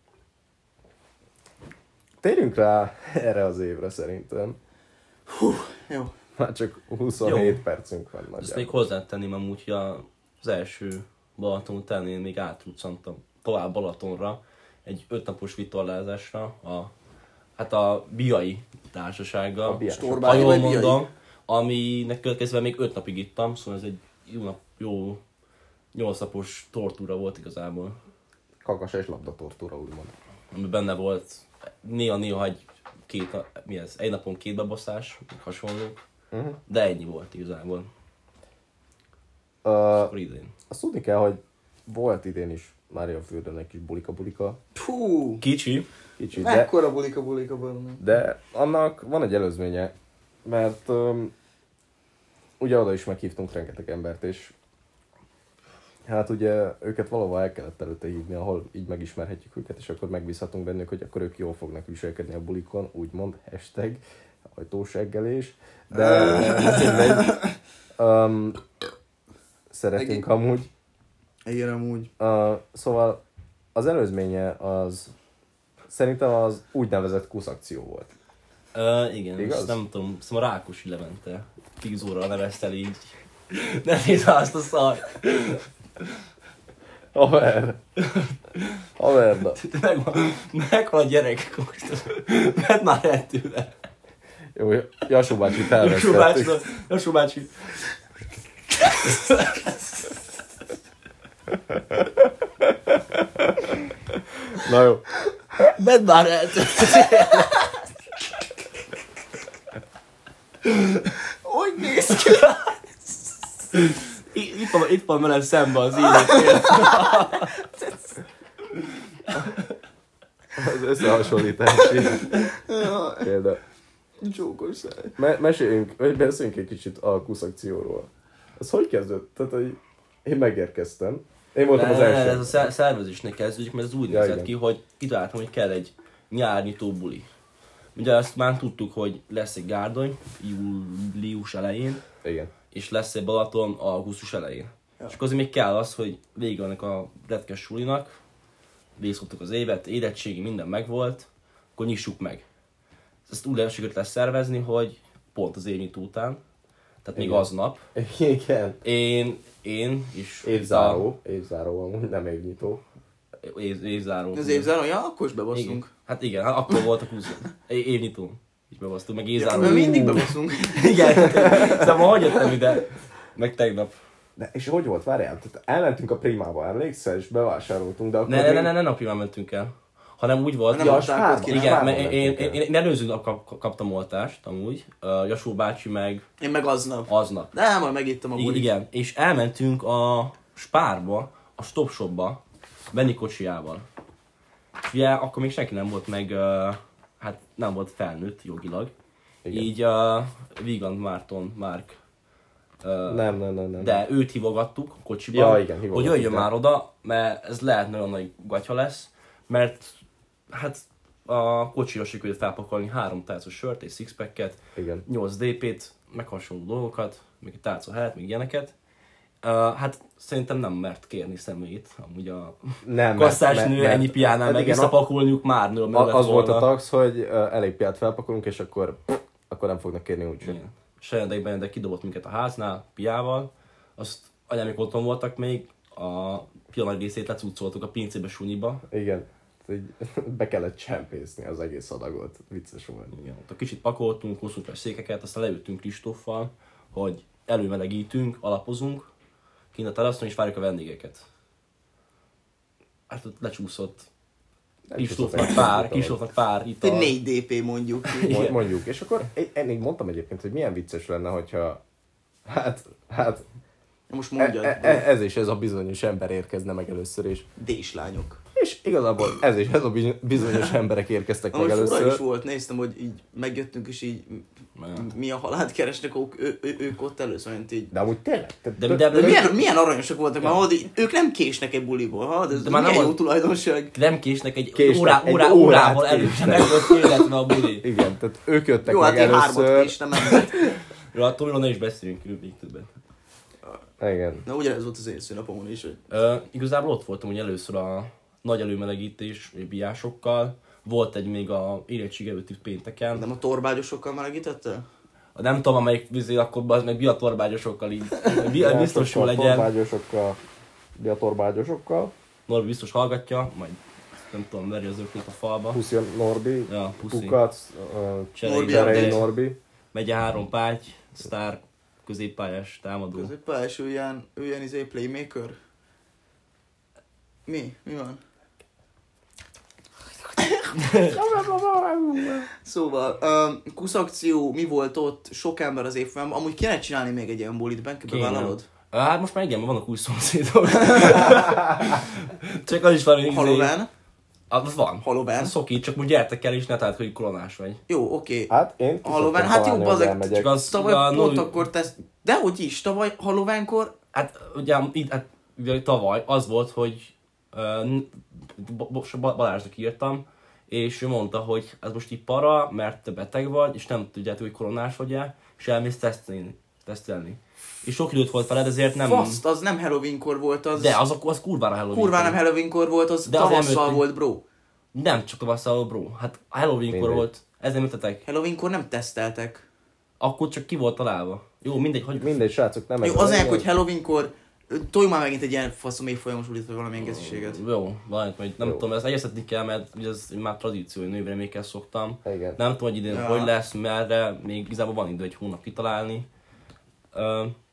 térjünk rá erre az évre szerintem. Hú, jó. Már csak huszonhét Jó. percünk van Ezt nagyjából. még hozzátenném amúgy, hogy az első Balaton után én még átruccantam tovább Balatonra egy ötnapos vitorlázásra, a, hát a Biai társasággal, A Biai. ha Storbáli jól vagy Biai? mondom, aminek következően még öt napig ittam, szóval ez egy jó, nap, jó nyolc napos tortúra volt igazából, Kakas és labdatortúra, úgymond. ami benne volt néha-néha egy, két, mi ez, egy napon két beboszás, hasonlók, Uh-huh. de ennyi volt igazából, Uh, akkor idén. azt tudni kell, hogy volt idén is Máriafürdőn egy kis bulika-bulika. Hú. Kicsi, Kicsit, de, Mekkora bulika bulika benne. de annak van egy előzménye, mert um, ugye oda is meghívtunk rengeteg embert, és hát ugye őket valahol el kellett előtte hívni, ahol így megismerhetjük őket, és akkor megbízhatunk bennük, hogy akkor ők jól fognak viselkedni a bulikon, úgymond, hashtag, ajtóseggelés, de mindegy. Um, szeretünk amúgy. Igen, amúgy. Uh, szóval az előzménye az szerintem az úgynevezett kuszakció volt. Uh, igen, Igaz? most nem tudom, szóval Rákosi Levente tíz óra neveztel így. Ne nézd azt a szart! Haver! Haver, na. Megvan, megvan a gyerek, most vedd már el tőle. Jó, Jasó bácsit Jasó bácsi, elvesztettük. Jasó bácsi. Na jó. Bedd már el! Hogy néz ki? Itt van, itt van velem szembe az életél. Az összehasonlítási példa. Csókos száj. Me- meséljünk, vagy beszéljünk egy kicsit a kuszakcióról. Ez hogy kezdődött? Tehát, hogy én megérkeztem. Én voltam Ne, az ne, első. ne, ez a szer- szervezésnek kezdődik, mert ez úgy Ja, nézett igen. ki, hogy kitaláltam, hogy kell egy nyárnyitó buli. Ugye azt már tudtuk, hogy lesz egy Gárdony július elején, Igen. és lesz egy Balaton augusztus elején. Ja. És akkor azért még kell az, hogy vége ennek a retkes sulinak, végigszoktuk az évet, érettségi, minden megvolt, akkor nyissuk meg. Ezt úgy lehetőséget lesz szervezni, hogy pont az évnyitó után, tehát még Igen. aznap, Igen. én, én is... Évzáró. Évzáró amúgy, nem évnyitó. Év, évzáró. Az évzáró, ja, akkor is bebasztunk. Igen. Hát igen, hát akkor volt a húsz. É- évnyitó. És bebasztunk, meg Ja, évzáró. mert mindig bebasztunk. Igen. Szóval hogy jöttem ide? Meg tegnap. De és hogy volt? Várjál, tehát elmentünk a Primába, emlékszel, és bevásároltunk, de akkor Ne, ne, még- ne, ne, ne napján mentünk el. Hanem úgy volt, Nem Ja, a adták Spárban. ott ki, igen, Spárban mert én, én, mentünk el. én, én előző nap kap, kaptam oltást, amúgy. Uh, Jasó bácsi meg Én meg aznap. aznap. De majd megittem a I- bulit. igen, és elmentünk a Spárba, a Stop Shopba, Benni kocsiával. Ugye akkor még senki nem volt meg, uh, hát nem volt felnőtt jogilag. Igen. Így a uh, Vigand Márton Márk, uh, Nem, nem, nem, nem. de őt hívogattuk a kocsiban, Ja, igen, hogy hívogattuk, jöjjön de- már oda, mert ez lehet nagyon nagy gatya lesz, mert hát a kocsira sikerült felpakolni három tálcos sört, egy sixpacket, Igen. nyolc dé pét, meg hasonló dolgokat, még egy tálca helyet, még ilyeneket. Uh, hát szerintem nem mert kérni személyt, amúgy a Nem, kasszásnő ennyi piánál hát meg igen, visszapakolniuk már nől a- Az volt a tax, hogy uh, elég piát felpakolunk, és akkor akkor nem fognak kérni úgyse. Igen. Sejendek Benedek kidobott minket a háznál, piával, azt anyámik otthon voltak még, a pia nagy részét lecucoltuk a pincébe sunyiba. Igen. Így be kellett csempészni az egész adagot. Vicces volt. Igen, ott a kicsit pakoltunk, hoztunk fel székeket, aztán leültünk Kristóffal, hogy előmelegítünk, alapozunk, kint a teraszon és várjuk a vendégeket. Hát ott lecsúszott Kristófnak pár, Kristófnak pár Egy ital. négy dé pé mondjuk. Mo- Mondjuk. És akkor én még mondtam egyébként, hogy milyen vicces lenne, hogyha hát, hát Most e- mondjad. e- e- ez és ez a bizonyos ember érkezne meg először is. Dés lányok. És igazából ez és ez a bi- bizonyos emberek érkeztek meg Most fura is először. volt, néztem, hogy így megjöttünk, és így Ja. mi a halált keresnek, ők, ő, ő, ők ott először, mint így. De amúgy tényleg. te- De- te- de- De milyen, milyen aranyosak voltak, Ja. már hallod, így, ők nem késnek egy buliból, hallod, ez De már nem milyen az- jó tulajdonság. Nem késnek egy Késnek, órá, egy órá, órát órával előtte késnek. meg volt életve a buli. Igen, tehát ők jöttek Jó, meg hát én hármat először. késtem el. Ja, a Tomiról ne is beszélünk még többet. Igen. Na ugyanez volt az én szünnapomon is, hogy Uh, igazából ott voltam ugye először a nagy előmelegítés biásokkal. Volt egy még a érettség előtti pénteken. nem a torbágyosokkal melegítettel? Nem tudom, amelyik vizé, akkor az meg biatorbágyosokkal így. Bi- biztos jó legyen. Torbágyosokkal. Biatorbágyosokkal. Norbi biztos hallgatja, majd nem tudom, veri az öklét a falba. Puszi a Norbi. Ja, puszi. Pukac. Uh, Cserei, Norbi Cserei André. Norbi. Megye három páty, sztár, középpályás támadó. Középpályás, ő ilyen, ő ilyen izé playmaker? Mi? Mi van? Szóval, um, kuszakció, mi volt ott, sok ember az évben, amúgy kéne csinálni még egy ilyen bulit, Benke, Kéne. bevállalod? Hát most már igen, mert vannak új szomszédok. Csak az is van, hogy Halloween? Ah, az van. Halloween? Szoki, csak most gyertek el és ne tehát, hogy koronás vagy. Jó, oké. Hát én ki Halloween, szoktam hát jó, találni, hogy bazeg, elmegyek. Csak az Tavaly a pont Noli- akkor tesz... Dehogy is, tavaly Halloweenkor Hát ugye, itt, hát, ugye tavaly az volt, hogy uh, Ba- Ba- Balázsnak írtam, és ő mondta, hogy ez most így para, mert te beteg vagy, és nem tudjátok, hogy koronás vagy-e, és elmész tesztelni. tesztelni. És sok időt volt veled, ezért nem... faszt, az nem Halloweenkor volt, az... De az, az kurvára Halloween. Kurván nem Halloweenkor volt, az De az tavasszal elmúlt- volt, bro. Nem csak tavasszal, bro. Hát Halloweenkor Mindegy. volt. Ez nem jöttetek. Halloweenkor nem teszteltek. Akkor csak ki volt találva. Jó, mindegy, hogy... Mindegy, srácok, nem Jó, ez a az lényeg. hogy Halloweenkor toljunk már megint egy ilyen faszom évfolyamos bulit, vagy valamilyen geciséget. Jó, valamit, majd nem Jó. tudom, ezt egyeztetni kell, mert ugye ez már tradíció, hogy nővéremékkel szoktam. Igen. Nem tudom, hogy idén Ja. hogy lesz, merre, még igazából van idő egy hónap kitalálni. Uh, ja,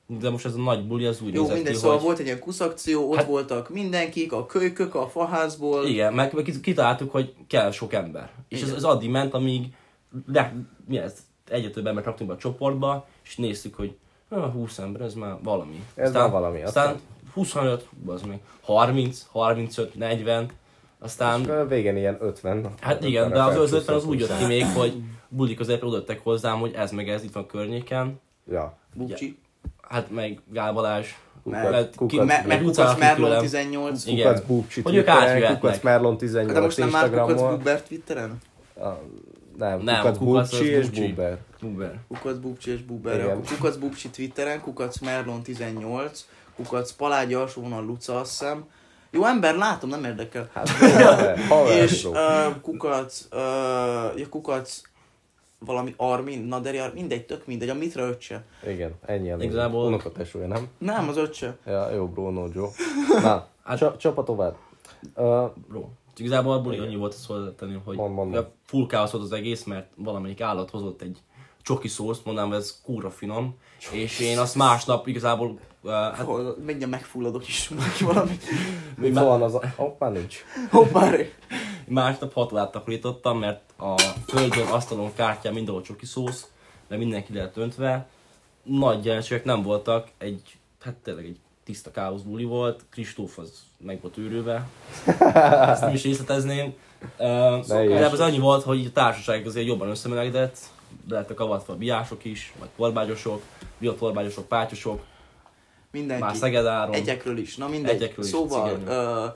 De most ez a nagy buli, az úgy Jó, nézett mindegy, ki, szóval hogy... volt egy ilyen kuszakció, ott hát... voltak mindenkik, a kölykök, a faházból. Igen, meg, meg kitaláltuk, hogy kell sok ember. És ez, ez addig ment, amíg de, mi ez, egyre több embert raktunk be a csoportba, és néztük, hogy ah, húsz ember, ez már valami. Ez aztán, már valami. Aztán, Aztán huszonöt, az meg harminc, harmincöt, negyven, aztán... És a végén ilyen ötven. Hát igen, de az ötven az úgy jött ki még, hogy buli közepén odaadtak hozzám, hogy ez meg ez itt van a környéken. Ja. Bukcsi. Hát meg Gál Balázs. Meg Kukac, meg, meg Kukac Merlon tizennyolc. Kukac Bukcsi Hogy ők Twitteren, átjöhetnek. Kukac Merlon tizennyolc De most nem már Kukac Instagramon. Bukber Twitteren? A, nem, Nem, Kukac Kukac Bukcsi az és Bukcsi. Buber. Buber. Kukac Bukcsi és Buber. Igen. Kukac Bukcsi Twitteren, Kukac Merlon tizennyolc, Kukac Palágy alsóvonal Luca, azt hiszem. Jó ember, látom, nem érdekel. Hát, haver, haver, És bro. uh, Kukac, uh, ja, Kukac valami Armin, Naderi Armin, mindegy, tök mindegy, a Mitra öccse. Igen, ennyi elég. Igazából- Unokatesója, nem? Nem, az öccse. Ja, jó, bro, no Joe. Na, Hát- csa- csapa tovább. Uh, Bro. Igazából a buli annyi volt azt hozzátenni, hogy Mond, mond. full káosz volt az egész, mert valamelyik állat hozott egy csoki szószt, mondanám, hogy ez kúra finom, és én azt másnap igazából, uh, hát Hol, mindjárt megfulladok is mondjuk valamit. mit má- van az a... Hoppá, nincs. Hoppá, ré. másnap hatalát takarítottam, mert a földön, asztalon, kártyán mindenhol csoki szósz, mert mindenki lehet öntve. Nagy jelenségek nem voltak, egy, hát tényleg egy tiszta káosz buli volt, Kristóf az meg volt őrülve, ezt nem is részletezném. Uh, de az annyi volt, hogy a társaság azért jobban összemelegedett, be lettek avatva a biások is, vagy torbágyosok, biotorbágyosok, pátyosok, Mindenki. már Szegedáron. Egyekről is, na mindegy. Egyekről is, Szóval, cigányok.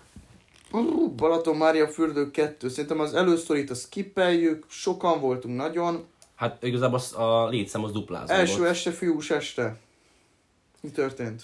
uh, Balaton Mária fürdő kettő. Szerintem az elősztorit azt skippeljük, sokan voltunk nagyon. Hát igazából az, a létszám az duplázó Első volt. este, fiús este. Mi történt?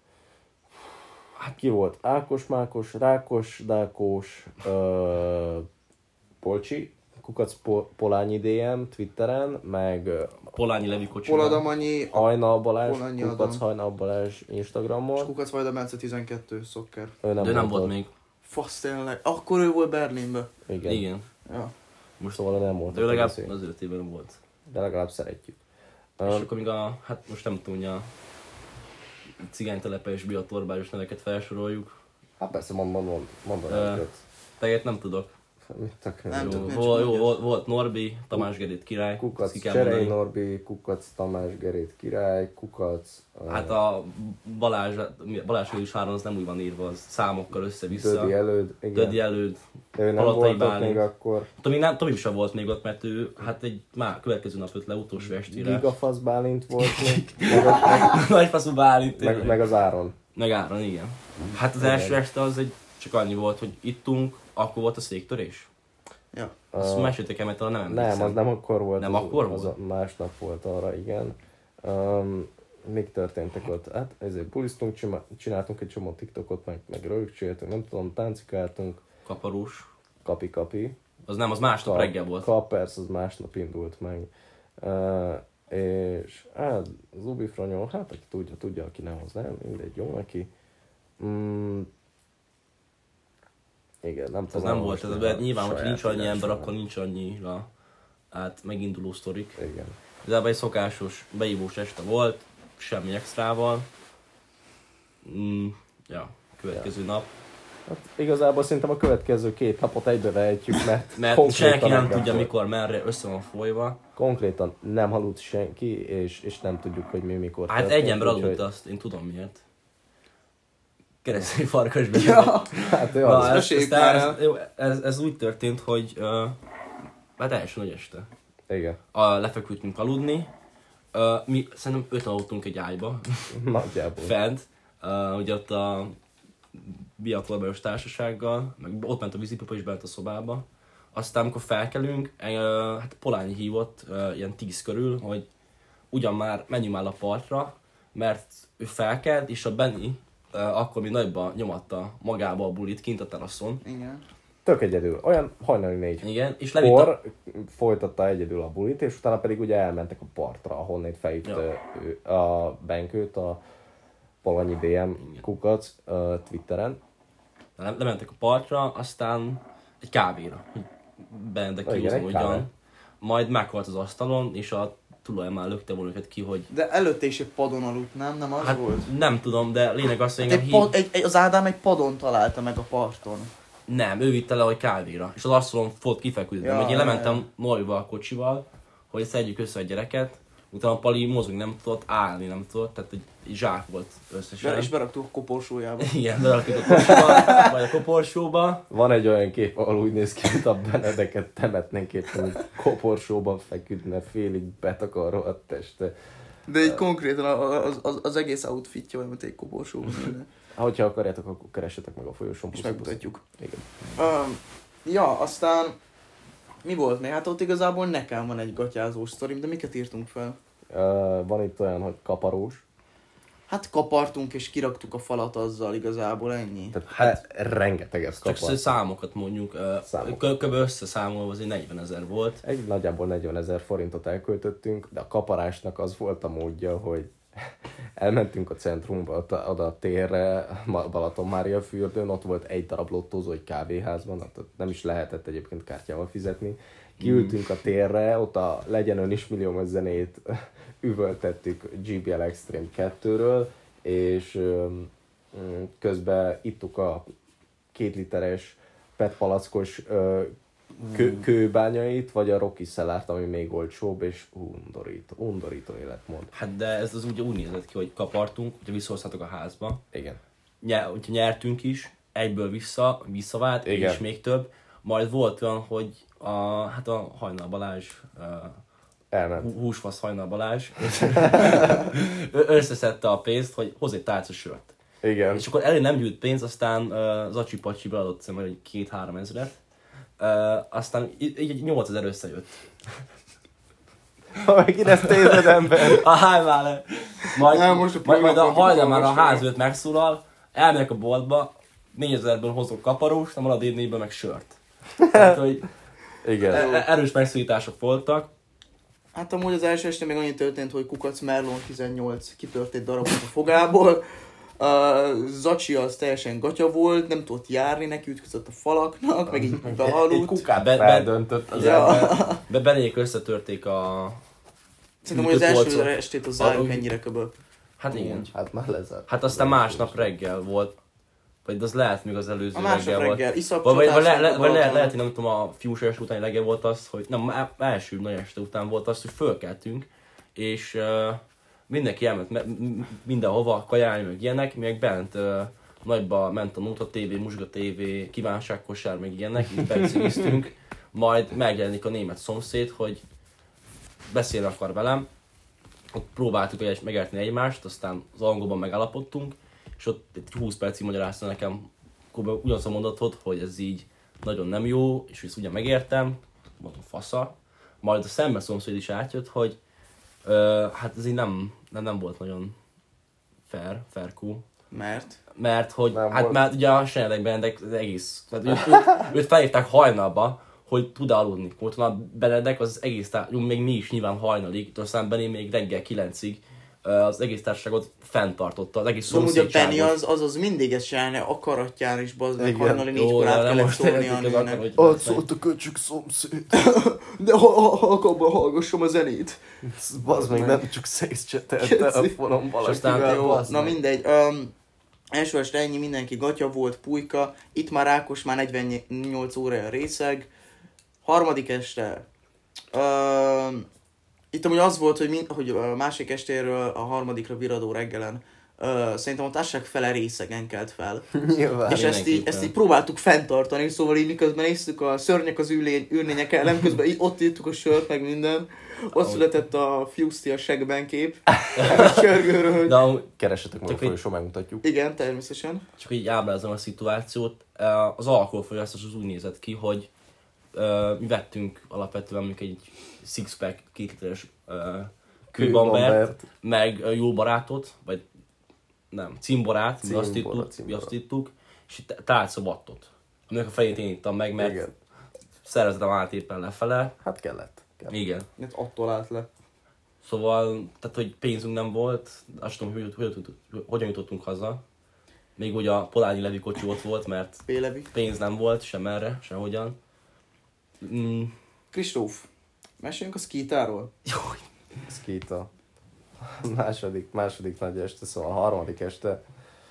Hát ki volt? Ákos, Mákos, Rákos, Dákos, uh, Polcsi, Kukac po- Polányi dé em Twitteren, meg uh, Polányi Levi kocsival. Poladamanyi, Hajnal Balázs, Polányi Kukac Adam. Hajnal Balázs és Instagramon. Kukac Vajda Bence tizenkettő, szokker. Ő De nem ott. volt még. Fasz tényleg. Akkor ő volt Berlinben. Igen. Igen. Ja. Most Szóval nem volt. de ő ott legalább beszél. az ötében volt. De legalább szeretjük. És Um, akkor még a, hát most nem tudom, hogy a cigánytelepe és biotorbágyos neveket felsoroljuk. hát persze, mond, mond, mond, mond, Ö, mond Teget nem tudok. Mit tök- Nem Jó, tudok, nincs volt, jó, mondjas. volt, volt Norbi, Tamás Gerét király. Kukac ezt ki kell Cserei mondani. Norbi, Kukac Tamás Gerét király, Kukac uh, Hát a Balázs, Balázs is három az nem úgy van írva, az számokkal össze-vissza. Dödi előd. Igen. Dödi előd. De ő nem Palotai volt ott Bálint. még akkor. Tomi, nem, Tomi sem volt még ott, mert ő hát egy már következő nap jött le utolsó estére. Gigafasz Bálint volt még. Meg, meg, Nagyfaszú Bálint. meg, tényleg. meg az Áron. Meg Áron, igen. Hát az Igen. első este az egy, csak annyi volt, hogy ittunk, akkor volt a széktörés. Ja. Azt Uh, meséltek el, mert talán nem emlékszem. Nem, az nem akkor volt. Nem az, akkor az volt? A másnap volt arra, igen. Um, mik történtek ott? Hát ezért bulisztunk, csima- csináltunk egy csomó TikTokot, meg, meg rögcséltünk, nem tudom, táncikáltunk, Kaparós. kapi-kapi. Az nem, az másnap reggel volt. Kap, persze, az másnap indult meg. Uh, és hát az Ubi Franyó, hát aki tudja, tudja, aki nem, az nem, mindegy, jó neki. Mm, igen, nem Ez tudom. nem volt, ez, elolvasni de a nyilván, hogyha saját nincs annyi ember, írásomat. akkor nincs annyira hát meginduló sztorik. Igen. Igazából egy szokásos beívós este volt, semmi extrával. Mm, ja, következő nap. Hát igazából szerintem a következő két napot egybevehetjük, mert, Mert konkrétan senki nem engem tudja volt. mikor, merre, össze van folyva. Konkrétan nem aludt senki, és, és nem tudjuk, hogy mi mikor Hát egy történt, ember úgyhogy- aludt, azt én tudom miért. Keresztény farkas Ja. Hát jó, Na, az, ez, ez, meséljük ez, már ez, el. jó, ez, ez úgy történt, hogy uh, hát első nagy este. igen, A, lefeküdtünk aludni. Uh, mi szerintem öten aludtunk egy ágyba, nagyjából. fent. Uh, ugye ott a biatlonbajos társasággal, meg ott ment a vízipipa is bent a szobába. Aztán amikor felkelünk, uh, hát Polányi hívott uh, ilyen tíz körül, hogy ugyan már menjünk már a partra, mert ő felkelt, és a Benny uh, akkor még nagyban nyomatta magába a bulit kint a teraszon. Igen. Tök egyedül, olyan hajnali négy. Igen, és levitta... Kor folytatta egyedül a bulit, és utána pedig ugye elmentek a partra, ahonnét felhívta Ja. ő, a Benkőt, a Polanyi dé em Igen. Kukac uh, Twitteren. Le- lementek a partra, aztán egy kávéra, hogy beendek Igen, kiúzni egy kávé. ugyan. Majd meghalt az asztalon, és a tulaj már lökte volna őket ki, hogy... De előtte is egy padon aludt, nem? Nem az Hát volt? nem tudom, de lényeg az, hogy Hát engem egy hív... pad, egy, egy, az Ádám egy padon találta meg a parton. Nem, ő vitte le, hogy kávéra. És az asztalon volt kifeküdni. Ja, Ja, én ja, lementem ja. Norival a kocsival, hogy szedjük össze a gyereket. Utána Pali mozogni nem tudott, állni nem tudott, tehát egy, egy zsák volt összesen. Be, és beraktuk a koporsójába. Igen, berakjuk a kocsiba, vagy a koporsóba. Van egy olyan kép, ahol úgy néz ki, mint a Benedeket temetnénk éppen, hogy koporsóban feküdne, félig betakarva a teste. De egy konkrétan az, az, az egész outfitja olyan, mint egy koporsó. Ha akarjátok, akkor keressetek meg a folyosón. És megmutatjuk. Igen. Um, ja, aztán mi volt még? Hát ott igazából nekem van egy gatyázós sztorim, de miket írtunk fel? Uh, van itt olyan, hogy kaparós. Hát kapartunk és kiraktuk a falat azzal, igazából ennyi. Tehát hát, rengeteget Csak kapart. számokat mondjuk, Számok. kb. Kb. Összeszámolva azért negyvenezer volt. Egy nagyjából negyvenezer forintot elköltöttünk, de a kaparásnak az volt a módja, hogy elmentünk a centrumba, oda oda a térre, Balaton-Mária-fürdőn, ott volt egy darab lottózó egy kávéházban, ott nem is lehetett egyébként kártyával fizetni. Kiültünk a térre, ott a Legyen Ön is millió zenét üvöltettük gé bé el Extreme kettőről, és öm, közben ittuk a két literes pet palackos ö, kő, kőbányait, vagy a Rocky Cellárt, ami még olcsóbb, és undorító, undorító életmód. Hát de ez az ugye úgy nézett ki, hogy kapartunk, hogyha visszahozhatok a házba. Igen. Ny- hogyha nyertünk is, egyből vissza, visszavált, Igen. és még több. Majd volt olyan, hogy a, hát a Hajnal Balázs, uh, Elment. húsfasz Hajnal Balázs ő összeszedte a pénzt, hogy hoz egy tálca sört. Igen. És akkor elég nem gyűjt pénz, aztán uh, Zacsi Pacsi beadott szerintem egy két-három ezret. Uh, aztán így, így nyolcezer összejött. Ha megint ezt nézed, ember! Állj már le! Majd, Nem, most a majd, majd a pillanatban hajnal már a olvastam. házőt megszólal, elmegyek a boltba, négyezerből hozok kaparós, nem alad négyből meg sört. Tehát, hogy Igen. e- erős megszólítások voltak. Hát amúgy az első este még annyi történt, hogy Kukac Merlon tizennyolc kitört egy darabot a fogából. Uh, Zacsi az teljesen gatya volt, nem tudott járni, neki ütközött a falaknak, meg így Egy bealudt. kukát Be- be- feldöntött az Ja. ember. Be, beléjük összetörték a... Szerintem, hogy az első Ütőpolcot. estét az zárjuk A- ennyire köböl. Hát igen. Hát már lezárt. Hát aztán másnap reggel volt. Vagy az lehet még az előző A másnap reggel, reggel, volt. iszap Vagy, vagy, vagy le, csatásnak le, a vagy le, Balatonon. lehet, hogy nem tudom, a fiús első utáni reggel volt az, hogy nem, á- első nagy este után volt az, hogy fölkeltünk, és uh, mindenki elment me- m- mindenhova, kajálni, meg ilyenek, mi meg bent uh, nagyba ment a Nóta té vé, Muzsga té vé, Kívánságkosár, meg ilyenek, így percigiztünk, majd megjelenik a német szomszéd, hogy beszélni akar velem, ott próbáltuk egy- megérteni egymást, aztán az angolban megállapodtunk, és ott egy húsz percig magyarázta nekem akkor ugyanazt a mondatot, hogy ez így nagyon nem jó, és ezt ugye megértem, mondom fasza. Majd a szembe szomszéd is átjött, hogy ö, hát ez így nem, nem, nem volt nagyon fair, fair cool. Mert? Mert hogy, Nem hát volt. mert ugye a Senedek Benedek az egész, tehát őt, őt, őt felhívták hajnalba, hogy tud aludni. Utána a Benedek az egész, tá- jó, még mi is nyilván hajnalig, aztán Benni még reggel kilencig ö, az egész társaságot fenntartotta, az egész De amúgy a szomszédságot. Benny az, az, az mindig ezt csinálni, akaratján is, bazd meg, Igen. hajnali Jó, négykor de át nem kellett most szólni a értik az akar, nőnek. hogy... Ott szólt a köcsög szomszéd. De ha, ha, ha akar, hallgassam a zenét. Bazd meg, nem csak szex chatelt telefonon valakivel. aztán- Jó, bazd na meg. mindegy. Um, első este ennyi, mindenki gatya volt, pulyka. Itt már Ákos már negyvennyolc órája részeg. Harmadik este. Um, itt amúgy az volt, hogy, min, hogy a másik estéről a harmadikra viradó reggelen. Uh, szerintem a társaság fele részegen kelt fel. Nyilván. És ezt így, mindenképpen. ezt így próbáltuk fenntartani, szóval így miközben néztük a szörnyek az űrlény, űrlények ellen, közben így ott írtuk a sört, meg minden. Ott született a Fusty a segben kép. A sörgőről. De amúgy Keressetek meg a Csak egy- folyosón, megmutatjuk. Igen, természetesen. csak így ábrázolom a szituációt, eh, az alkoholfogyasztás az úgy nézett ki, hogy eh, mi vettünk alapvetően mondjuk egy six-pack, két literes uh, kőbambert, Kőbambert. meg uh, jó barátot, vagy nem, cimborát, mi azt Cimbora, ittuk, mi cimbora. azt ittuk, és itt tálca vattot. Aminek a fejét én ittam meg, mert Igen. szervezetem állt éppen lefele. Hát kellett. kellett. Igen. Hát attól állt le. Szóval, tehát hogy pénzünk nem volt, azt tudom, hogy, hogy, hogy, hogy hogyan jutottunk haza. Még ugye a Polányi Levi kocsi ott volt, mert Pélevi. pénz nem volt, sem erre, sem hogyan. Mm, Kristóf, meséljünk a szkítáról. jó, Skita. Második, második nagy este, szóval a harmadik este.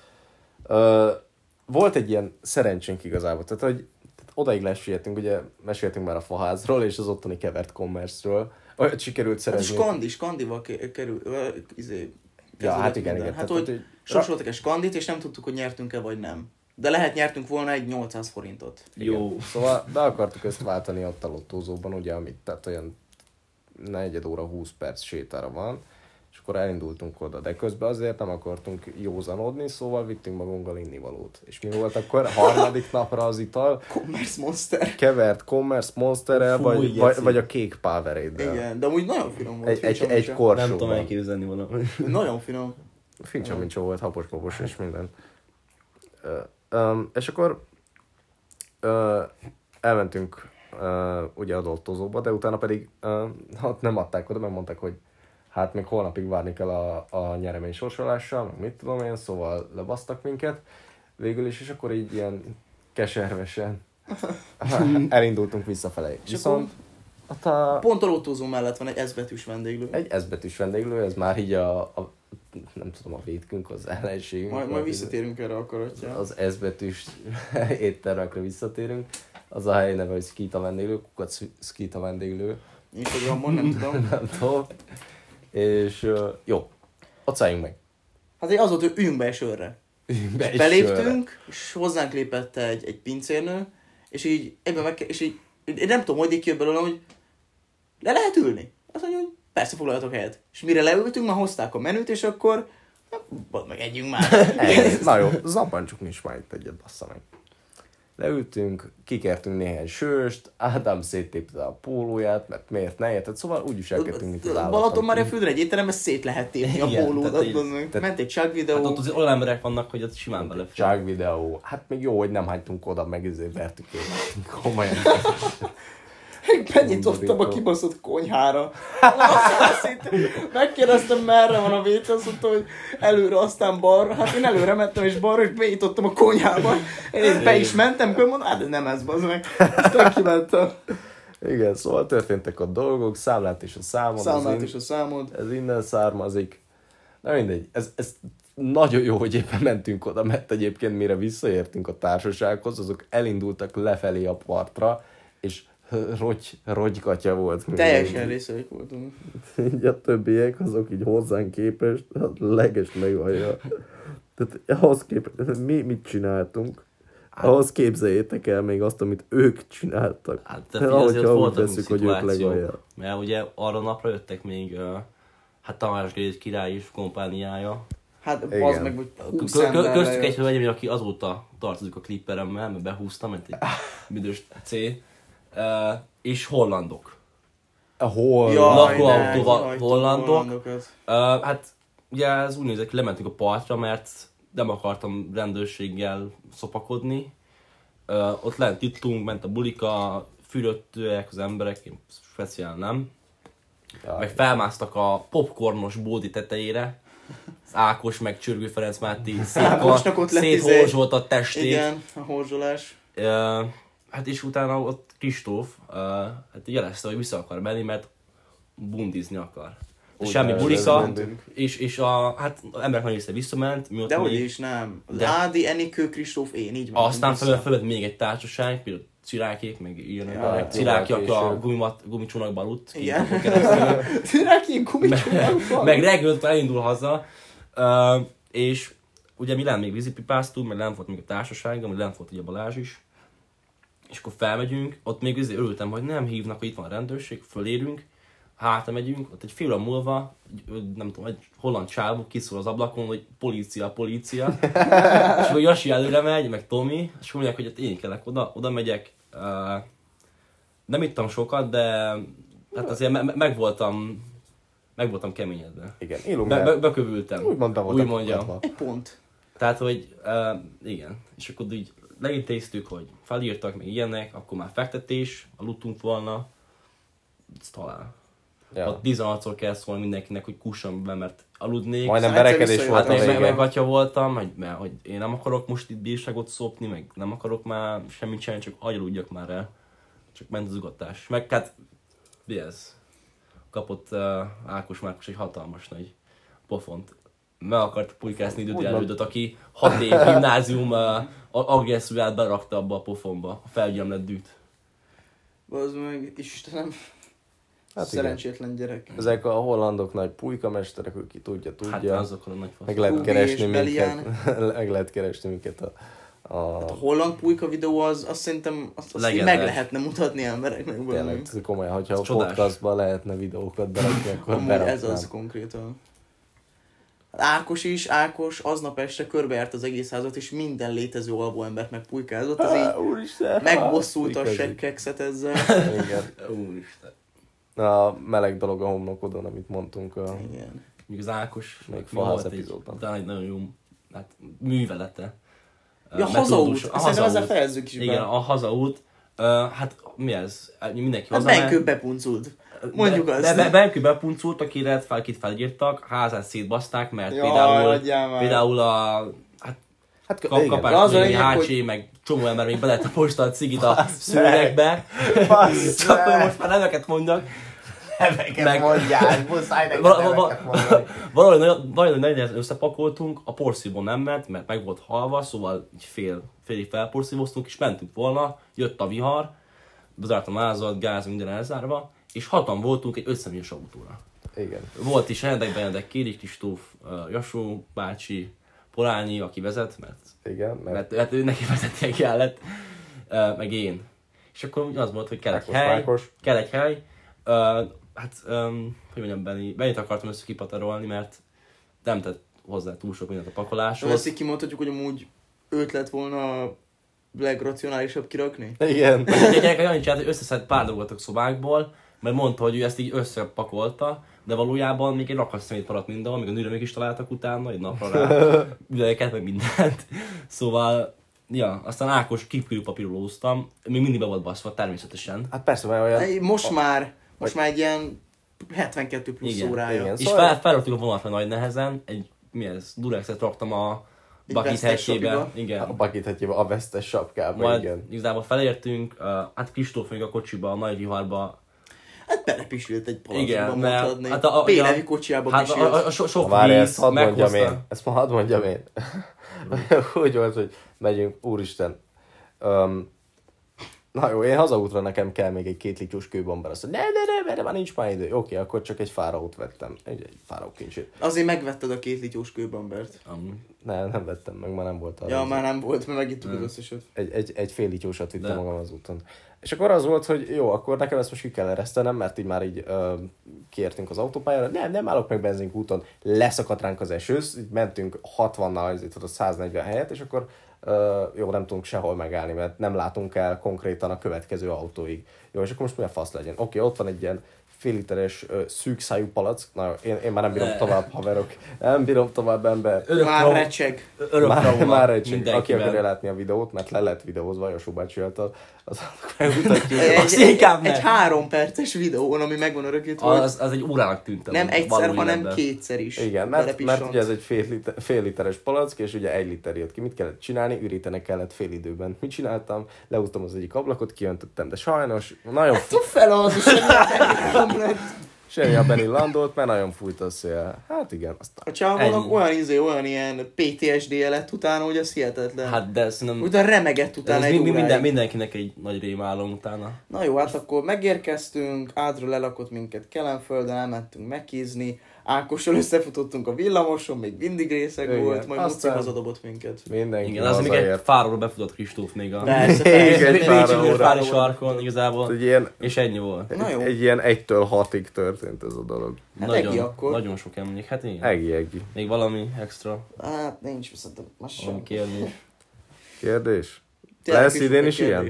Ö, volt egy ilyen szerencsénk igazából, tehát hogy tehát odaig lesüllyedtünk, ugye meséltünk már a faházról és az ottani kevert commerce-ről. Olyat sikerült szerezni. Hát Skandi, Skandival kerül, izé, ja, hát igen, igen. Hát, tehát, hogy sorsoltak egy Skandit, és nem tudtuk, hogy nyertünk-e vagy nem. De lehet nyertünk volna egy nyolcszáz forintot. Jó. Igen. Szóval be akartuk ezt váltani ott a lottózóban, ugye, amit, tehát olyan negyed óra, húsz perc sétára van, és akkor elindultunk oda, de közben azért nem akartunk józanodni, szóval vittünk magunkkal innivalót. És mi volt akkor harmadik napra az ital? Commerce Monster. Kevert Commerce Monsterrel, Fú, vagy, igen, vagy, szép. vagy a kék Powerade-del. Igen, de amúgy nagyon finom volt. Egy, egy, Fincsa egy Mincsa. Nem tudom korsóban. elképzelni valami. Nagyon finom. Fincsa Mincsa volt, hapos-popos és minden. Ö, um, és akkor uh, elmentünk uh, ugye a doltozóba, de utána pedig uh, hát nem adták oda, mert mondták, hogy hát még holnapig várni kell a, a nyeremény sorsolással, meg mit tudom én, szóval lebasztak minket végül is, és akkor így ilyen keservesen elindultunk visszafelé. És Viszont ott a, Pont a lottózó mellett van egy S betűs vendéglő. egy S betűs vendéglő, ez már így a, a nem tudom, a vétkünk, az ellenségünk. Majd, majd visszatérünk erre a karatjára. Az S betűs éttermekre visszatérünk. Az a hely neve, hogy Skita vendéglő, kukat Skita vendéglő. Instagramon, nem tudom. Nem tudom. És uh, jó, ott szálljunk meg. Hát egy az volt, hogy üljünk be egy sörre. Üljünk be egy Beléptünk, sörre. és hozzánk lépett egy, egy pincérnő, és így egyben meg, és így, én nem tudom, hogy így kijött belőlem, hogy le lehet ülni. Azt mondja, hogy persze foglaljatok helyet. És mire leültünk, már hozták a menüt, és akkor, hát, meg együnk már. Ennyi. Na jó, zabbancsuk nincs már itt egyet, bassza meg. Leültünk, kikertünk néhány sőst, Ádám széttépte a pólóját, mert miért ne érted, szóval úgy is elkezdtünk, mint az állatok. Balatonmárja füldre egy étteremben szét lehet tépni a Igen, pólódat. tehát így- Tehát, tehát- ment egy csak videó. Hát ott azért olyan emberek vannak, hogy ott simán belefér. Csak videó. Hát még jó, hogy nem hagytunk oda, meg ezért vertük őt. Komolyan. Benyitottam a kibaszott konyhára. Megkérdeztem, merre van a vécé, azt mondta, hogy előre, aztán balra. Hát én előre mentem, és balra, és benyitottam a konyhába. Én be is mentem, akkor mondom, hát nem ez, bazd meg. Aztán kimentem. Igen, szóval történtek a dolgok, számlát és a számod. Számlát ez is a számod. in- Ez innen származik. Na mindegy, ez, ez nagyon jó, hogy éppen mentünk oda, mert egyébként mire visszaértünk a társasághoz, azok elindultak lefelé a partra, és rogy, rogygatya volt. Teljesen részeik voltunk. Így a többiek, azok így hozzánk képest, a leges legalja. Tehát ahhoz képest, mi mit csináltunk? Ahhoz képzeljétek el még azt, amit ők csináltak. Hát de Hát figyelj, ahogy azért úgy voltak veszük, hogy ők szituációk. legalja. Mert ugye arra napra jöttek még, uh, hát Tamás Géz király és kompániája. Hát Igen. bazd meg, hogy húsz Kö- kö- ember Köztük lejött. egy hölgyem, aki azóta tartozik a klipperemmel, mert behúztam, mert egy büdös C. Uh, és hollandok. Hol? Jaj, lakóautóval ne, hagytuk hollandok. hollandokat. Uh, hát ugye ez úgy nézett ki, lementünk a partra, mert nem akartam rendőrséggel szopakodni. Uh, ott lent ittunk, ment a bulika, fürödtőek az emberek, én speciál nem. Jaj. Meg felmásztak a popcornos bódi tetejére. Az Ákos meg Csörgő Ferenc Máté Ákosnak ott lett izé- széthorzsolt a testét. Igen, a horzsolás. Uh, hát és utána ott Kristóf uh, hát jelezte, hogy vissza akar menni, mert bundizni akar. De Úgy semmi el- bulika, mentünk. és, és a, hát az emberek nagy része visszament, mi ott De hogy még, is, nem. Az De- Ádi, Enikő, Kristóf, én így van. aztán föl, fölött még egy társaság, például Cirákék, meg ilyen Ja, emberek. hát Ciráki, aki a később. gumimat, gumicsónakban aludt, két Igen. napon keresztül. Ciráki, gumicsónakban. Meg reggel elindul haza, uh, és ugye mi lent még vízipipáztunk, meg lent volt még a társaság, ami lent volt ugye Balázs is. És akkor felmegyünk, ott még azért örültem, hogy nem hívnak, hogy itt van a rendőrség, fölérünk, hátra megyünk, ott egy fél óra múlva, egy, nem tudom, egy holland csávó kiszól az ablakon, hogy polícia, polícia. És akkor Jasi előre megy, meg Tomi, és mondják, hogy hát én kellek oda, oda megyek. Uh, nem ittam sokat, de hát azért me- me- meg voltam, meg voltam keményedve. Igen, élünk Be- be, be- bekövültem. úgy mondtam, Úgy mondja. Egy pont. Tehát, hogy uh, igen, és akkor így legintéztük, hogy felírtak, még ilyenek, akkor már fektetés, aludtunk volna, ez talán. Ja. Ott tizenhatszor kell szólni mindenkinek, hogy kusson be, mert aludnék. Majdnem Egyszer verekedés visszajött volt Hát a meg, meg, végén. meg atya voltam, hogy, mert, hogy én nem akarok most itt bírságot szopni, meg nem akarok már semmit csinálni, csak agyaludjak már el. Csak ment az ugatás. Meg hát, mi ez? kapott uh, Ákos Márkos egy hatalmas nagy pofont. Meg akart pulykászni időt elődöt, aki hat év gimnázium uh, agresszióját berakta abba a pofonba, a felgyemlett dűt. Az meg, Istenem, hát szerencsétlen igen. gyerek. Ezek a hollandok nagy pulykamesterek, aki tudja, tudja. Hát azokon a nagy fasz. Meg lehet keresni minket, meg lehet keresni minket a... A, hát a holland pulyka videó az, azt szerintem azt, azt meg lehetne mutatni embereknek. Tényleg, komolyan, hogyha a podcastban lehetne videókat berakni, akkor beraknám. Ez az konkrétan. Ákos is, Ákos aznap este körbejárt az egész házat, és minden létező alvóembert megpulykázott, az így Úristen, megbosszult a seggkekszet ezzel. Igen. Úristen. A meleg dolog a homlokodon, amit mondtunk. A... Igen. Még az Ákos, még faház epizódban. Talán egy nagyon jó hát, művelete. Ja, hazaút. Szerintem ezzel fejezzük is be. Igen, a hazaút. Uh, hát mi ez? Mindenki hát hazament. Benkő bepuncult. Mondjuk be, azt. Be, be, Benkő bepuncult, akire fel, akit felgyírtak, házát szétbaszták, mert ja, például, például a hát, hát kap, kapás némi hácsi, hogy... meg csomó ember még belett a posta a cigit a szőnyegbe. Csak most már neveket mondjak. Neveket meg... mondják, muszáj neked neveket mondani. Valahogy nagyon nagyon összepakoltunk, a porszívó nem ment, mert meg volt halva, szóval egy fél, félig felporszívoztunk, és mentünk volna, jött a vihar, bezárt a mázat, gáz, minden elzárva, és hatan voltunk egy ötszemélyes autóra. Igen. Volt is Benedek, Benedek, Kéri Kristóf, Jasó bácsi, Polányi, aki vezet, mert, igen, mert... mert, mert ő neki vezetnie kellett, meg én. És akkor az volt, hogy kell egy hely, Mákos. kell egy hely, uh, hát, um, hogy mondjam, Benni, Bennit akartam össze kipatarolni, mert nem tett hozzá túl sok mindent a pakoláshoz. Ezt így kimondhatjuk, hogy amúgy őt lett volna a legracionálisabb kirakni? Igen. A gyerek olyan csinált, hogy összeszed pár dolgot a szobákból, mert mondta, hogy ő ezt így összepakolta, de valójában még egy rakas szemét maradt mindenhol, még a nőrömök is találtak utána, egy napra rá, üvegeket, meg mindent. Szóval, ja, aztán Ákos kipkülpapírról húztam, még mindig be volt baszva, természetesen. Hát persze, mert olyan... Most már, most már egy ilyen hetvenkettő plusz igen, órája. Igen. És fel, felraktuk a vonatra nagy nehezen, egy, mi ez, Durexet raktam a Bakit hegyébe. Igen. A Bakit hegyébe, a vesztes sapkába, majd igen. igazából felértünk, uh, hát Kristóf még a kocsiba, a nagy viharba. Hát belepisült egy palacba, igen, mondhatni. Hát a, a, Pélevi kocsiába hát pisült. A, a, a, so, sok Várj, víz, ezt hadd mondjam én. Ezt ma hadd mondjam én. Úgy volt, hogy megyünk, úristen. Um, na jó, én hazaútra nekem kell még egy két lityós kőbomber. Azt mondja, ne, ne, ne, mert már nincs már idő. Oké, akkor csak egy fáraót vettem. Egy, egy fáraó kincsét. Azért megvetted a két lityós kőbombert. Um. Ne, nem vettem meg, már nem volt arra. Ja, már nem volt, mert megittük az összeset. Egy, egy, egy fél lityósat vittem magam az úton. És akkor az volt, hogy jó, akkor nekem ezt most ki kell eresztenem, mert így már így ö, kiértünk az autópályára. Nem, nem állok meg benzinkúton, leszakadt ránk az eső, így mentünk hatvannal, a száznegyven helyet, és akkor ö, jó, nem tudunk sehol megállni, mert nem látunk el konkrétan a következő autóig. Jó, és akkor most milyen fasz legyen? Oké, ott van egy ilyen fél literes uh, szűk szájú palack. Na, én, én már nem bírom ne. tovább, haverok. Nem bírom tovább, ember. Örök már traum... recseg. Örök már, már recseg. Aki akarja látni a videót, mert le lett videózva Jasó bácsi által, az megmutatjuk. egy, egy, egy, egy három perces videón, ami megvan örökítve. Az, az egy órának tűnt. Nem egyszer, hanem ebben. kétszer is. Igen, mert, mert ugye ez egy fél, liter, fél literes palack, és ugye egy liter jött ki. Mit kellett csinálni? Ürítenek kellett fél időben. Mit csináltam? Lehúztam az egyik ablakot, kijöntöttem, de sajnos nagyon... Hát fel az is, semmi a Benny landolt, mert nagyon fújt a szél. Hát igen, aztán... A csávónak olyan izé, olyan ilyen pé té es dé-je lett utána, hogy az hihetetlen. Hát de szerintem... Utána remegett utána egy mi, minden, mindenkinek egy nagy rémálom utána. Na jó, hát akkor megérkeztünk, Ádról lelakott minket Kelenföldön, elmentünk meghízni, Ákossal összefutottunk a villamoson, még mindig részeg igen, volt, majd Muci hazadobott minket. Mindenki igen, az még egy fáról befutott Kristóf még a... Persze, persze. Egy fári sarkon igazából, ilyen, és ennyi volt. Na jó. Egy, egy ilyen egytől hatig történt ez a dolog. Hát nagyon, Egi akkor. Nagyon sok emlék, hát igen. Egi, Egi. Még valami extra? Hát nincs, viszont most sem. Valami kérdés. Kérdés? Lesz idén is ilyen?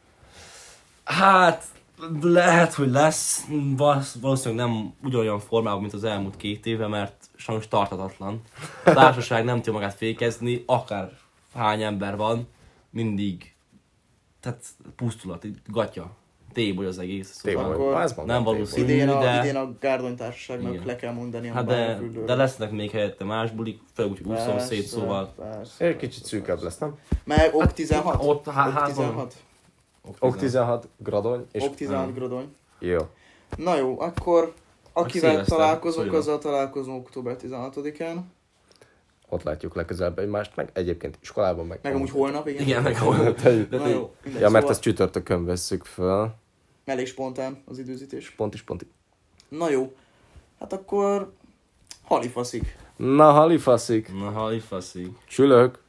Hát... Lehet, hogy lesz, valószínűleg nem ugyanolyan formában, mint az elmúlt két éve, mert sajnos tartatatlan. A társaság nem tudja magát fékezni, akár hány ember van, mindig, tehát pusztulat, gatya, téboly az egész. Szóval nem valószínű, idén a, de... Idén a Gárdony társaságnak igen. le kell mondani hát a de, de lesznek még helyette más bulik, főleg úgy úszom szét, szóval... Persze. Egy kicsit szűkebb lesz, nem? Meg ok tizenhat. Ott ok tizenhat. ok tizenhat Gradony. És ok tizenhat Gradony. Jó. Na jó, akkor Akivel szilveszter, találkozunk, szóval. azzal találkozunk október tizenhatodikán. Ott látjuk legközelebb egymást, meg egyébként iskolában meg. Meg amúgy holnap, igen. Igen, meg holnap. De Na jó, mindegy, Ja, mert szóval ezt csütörtökön vesszük föl. elég spontán az időzítés. Pont is pont. Na jó, hát akkor halifaszik. Na, halifaszik. Na, halifaszik. Csülök.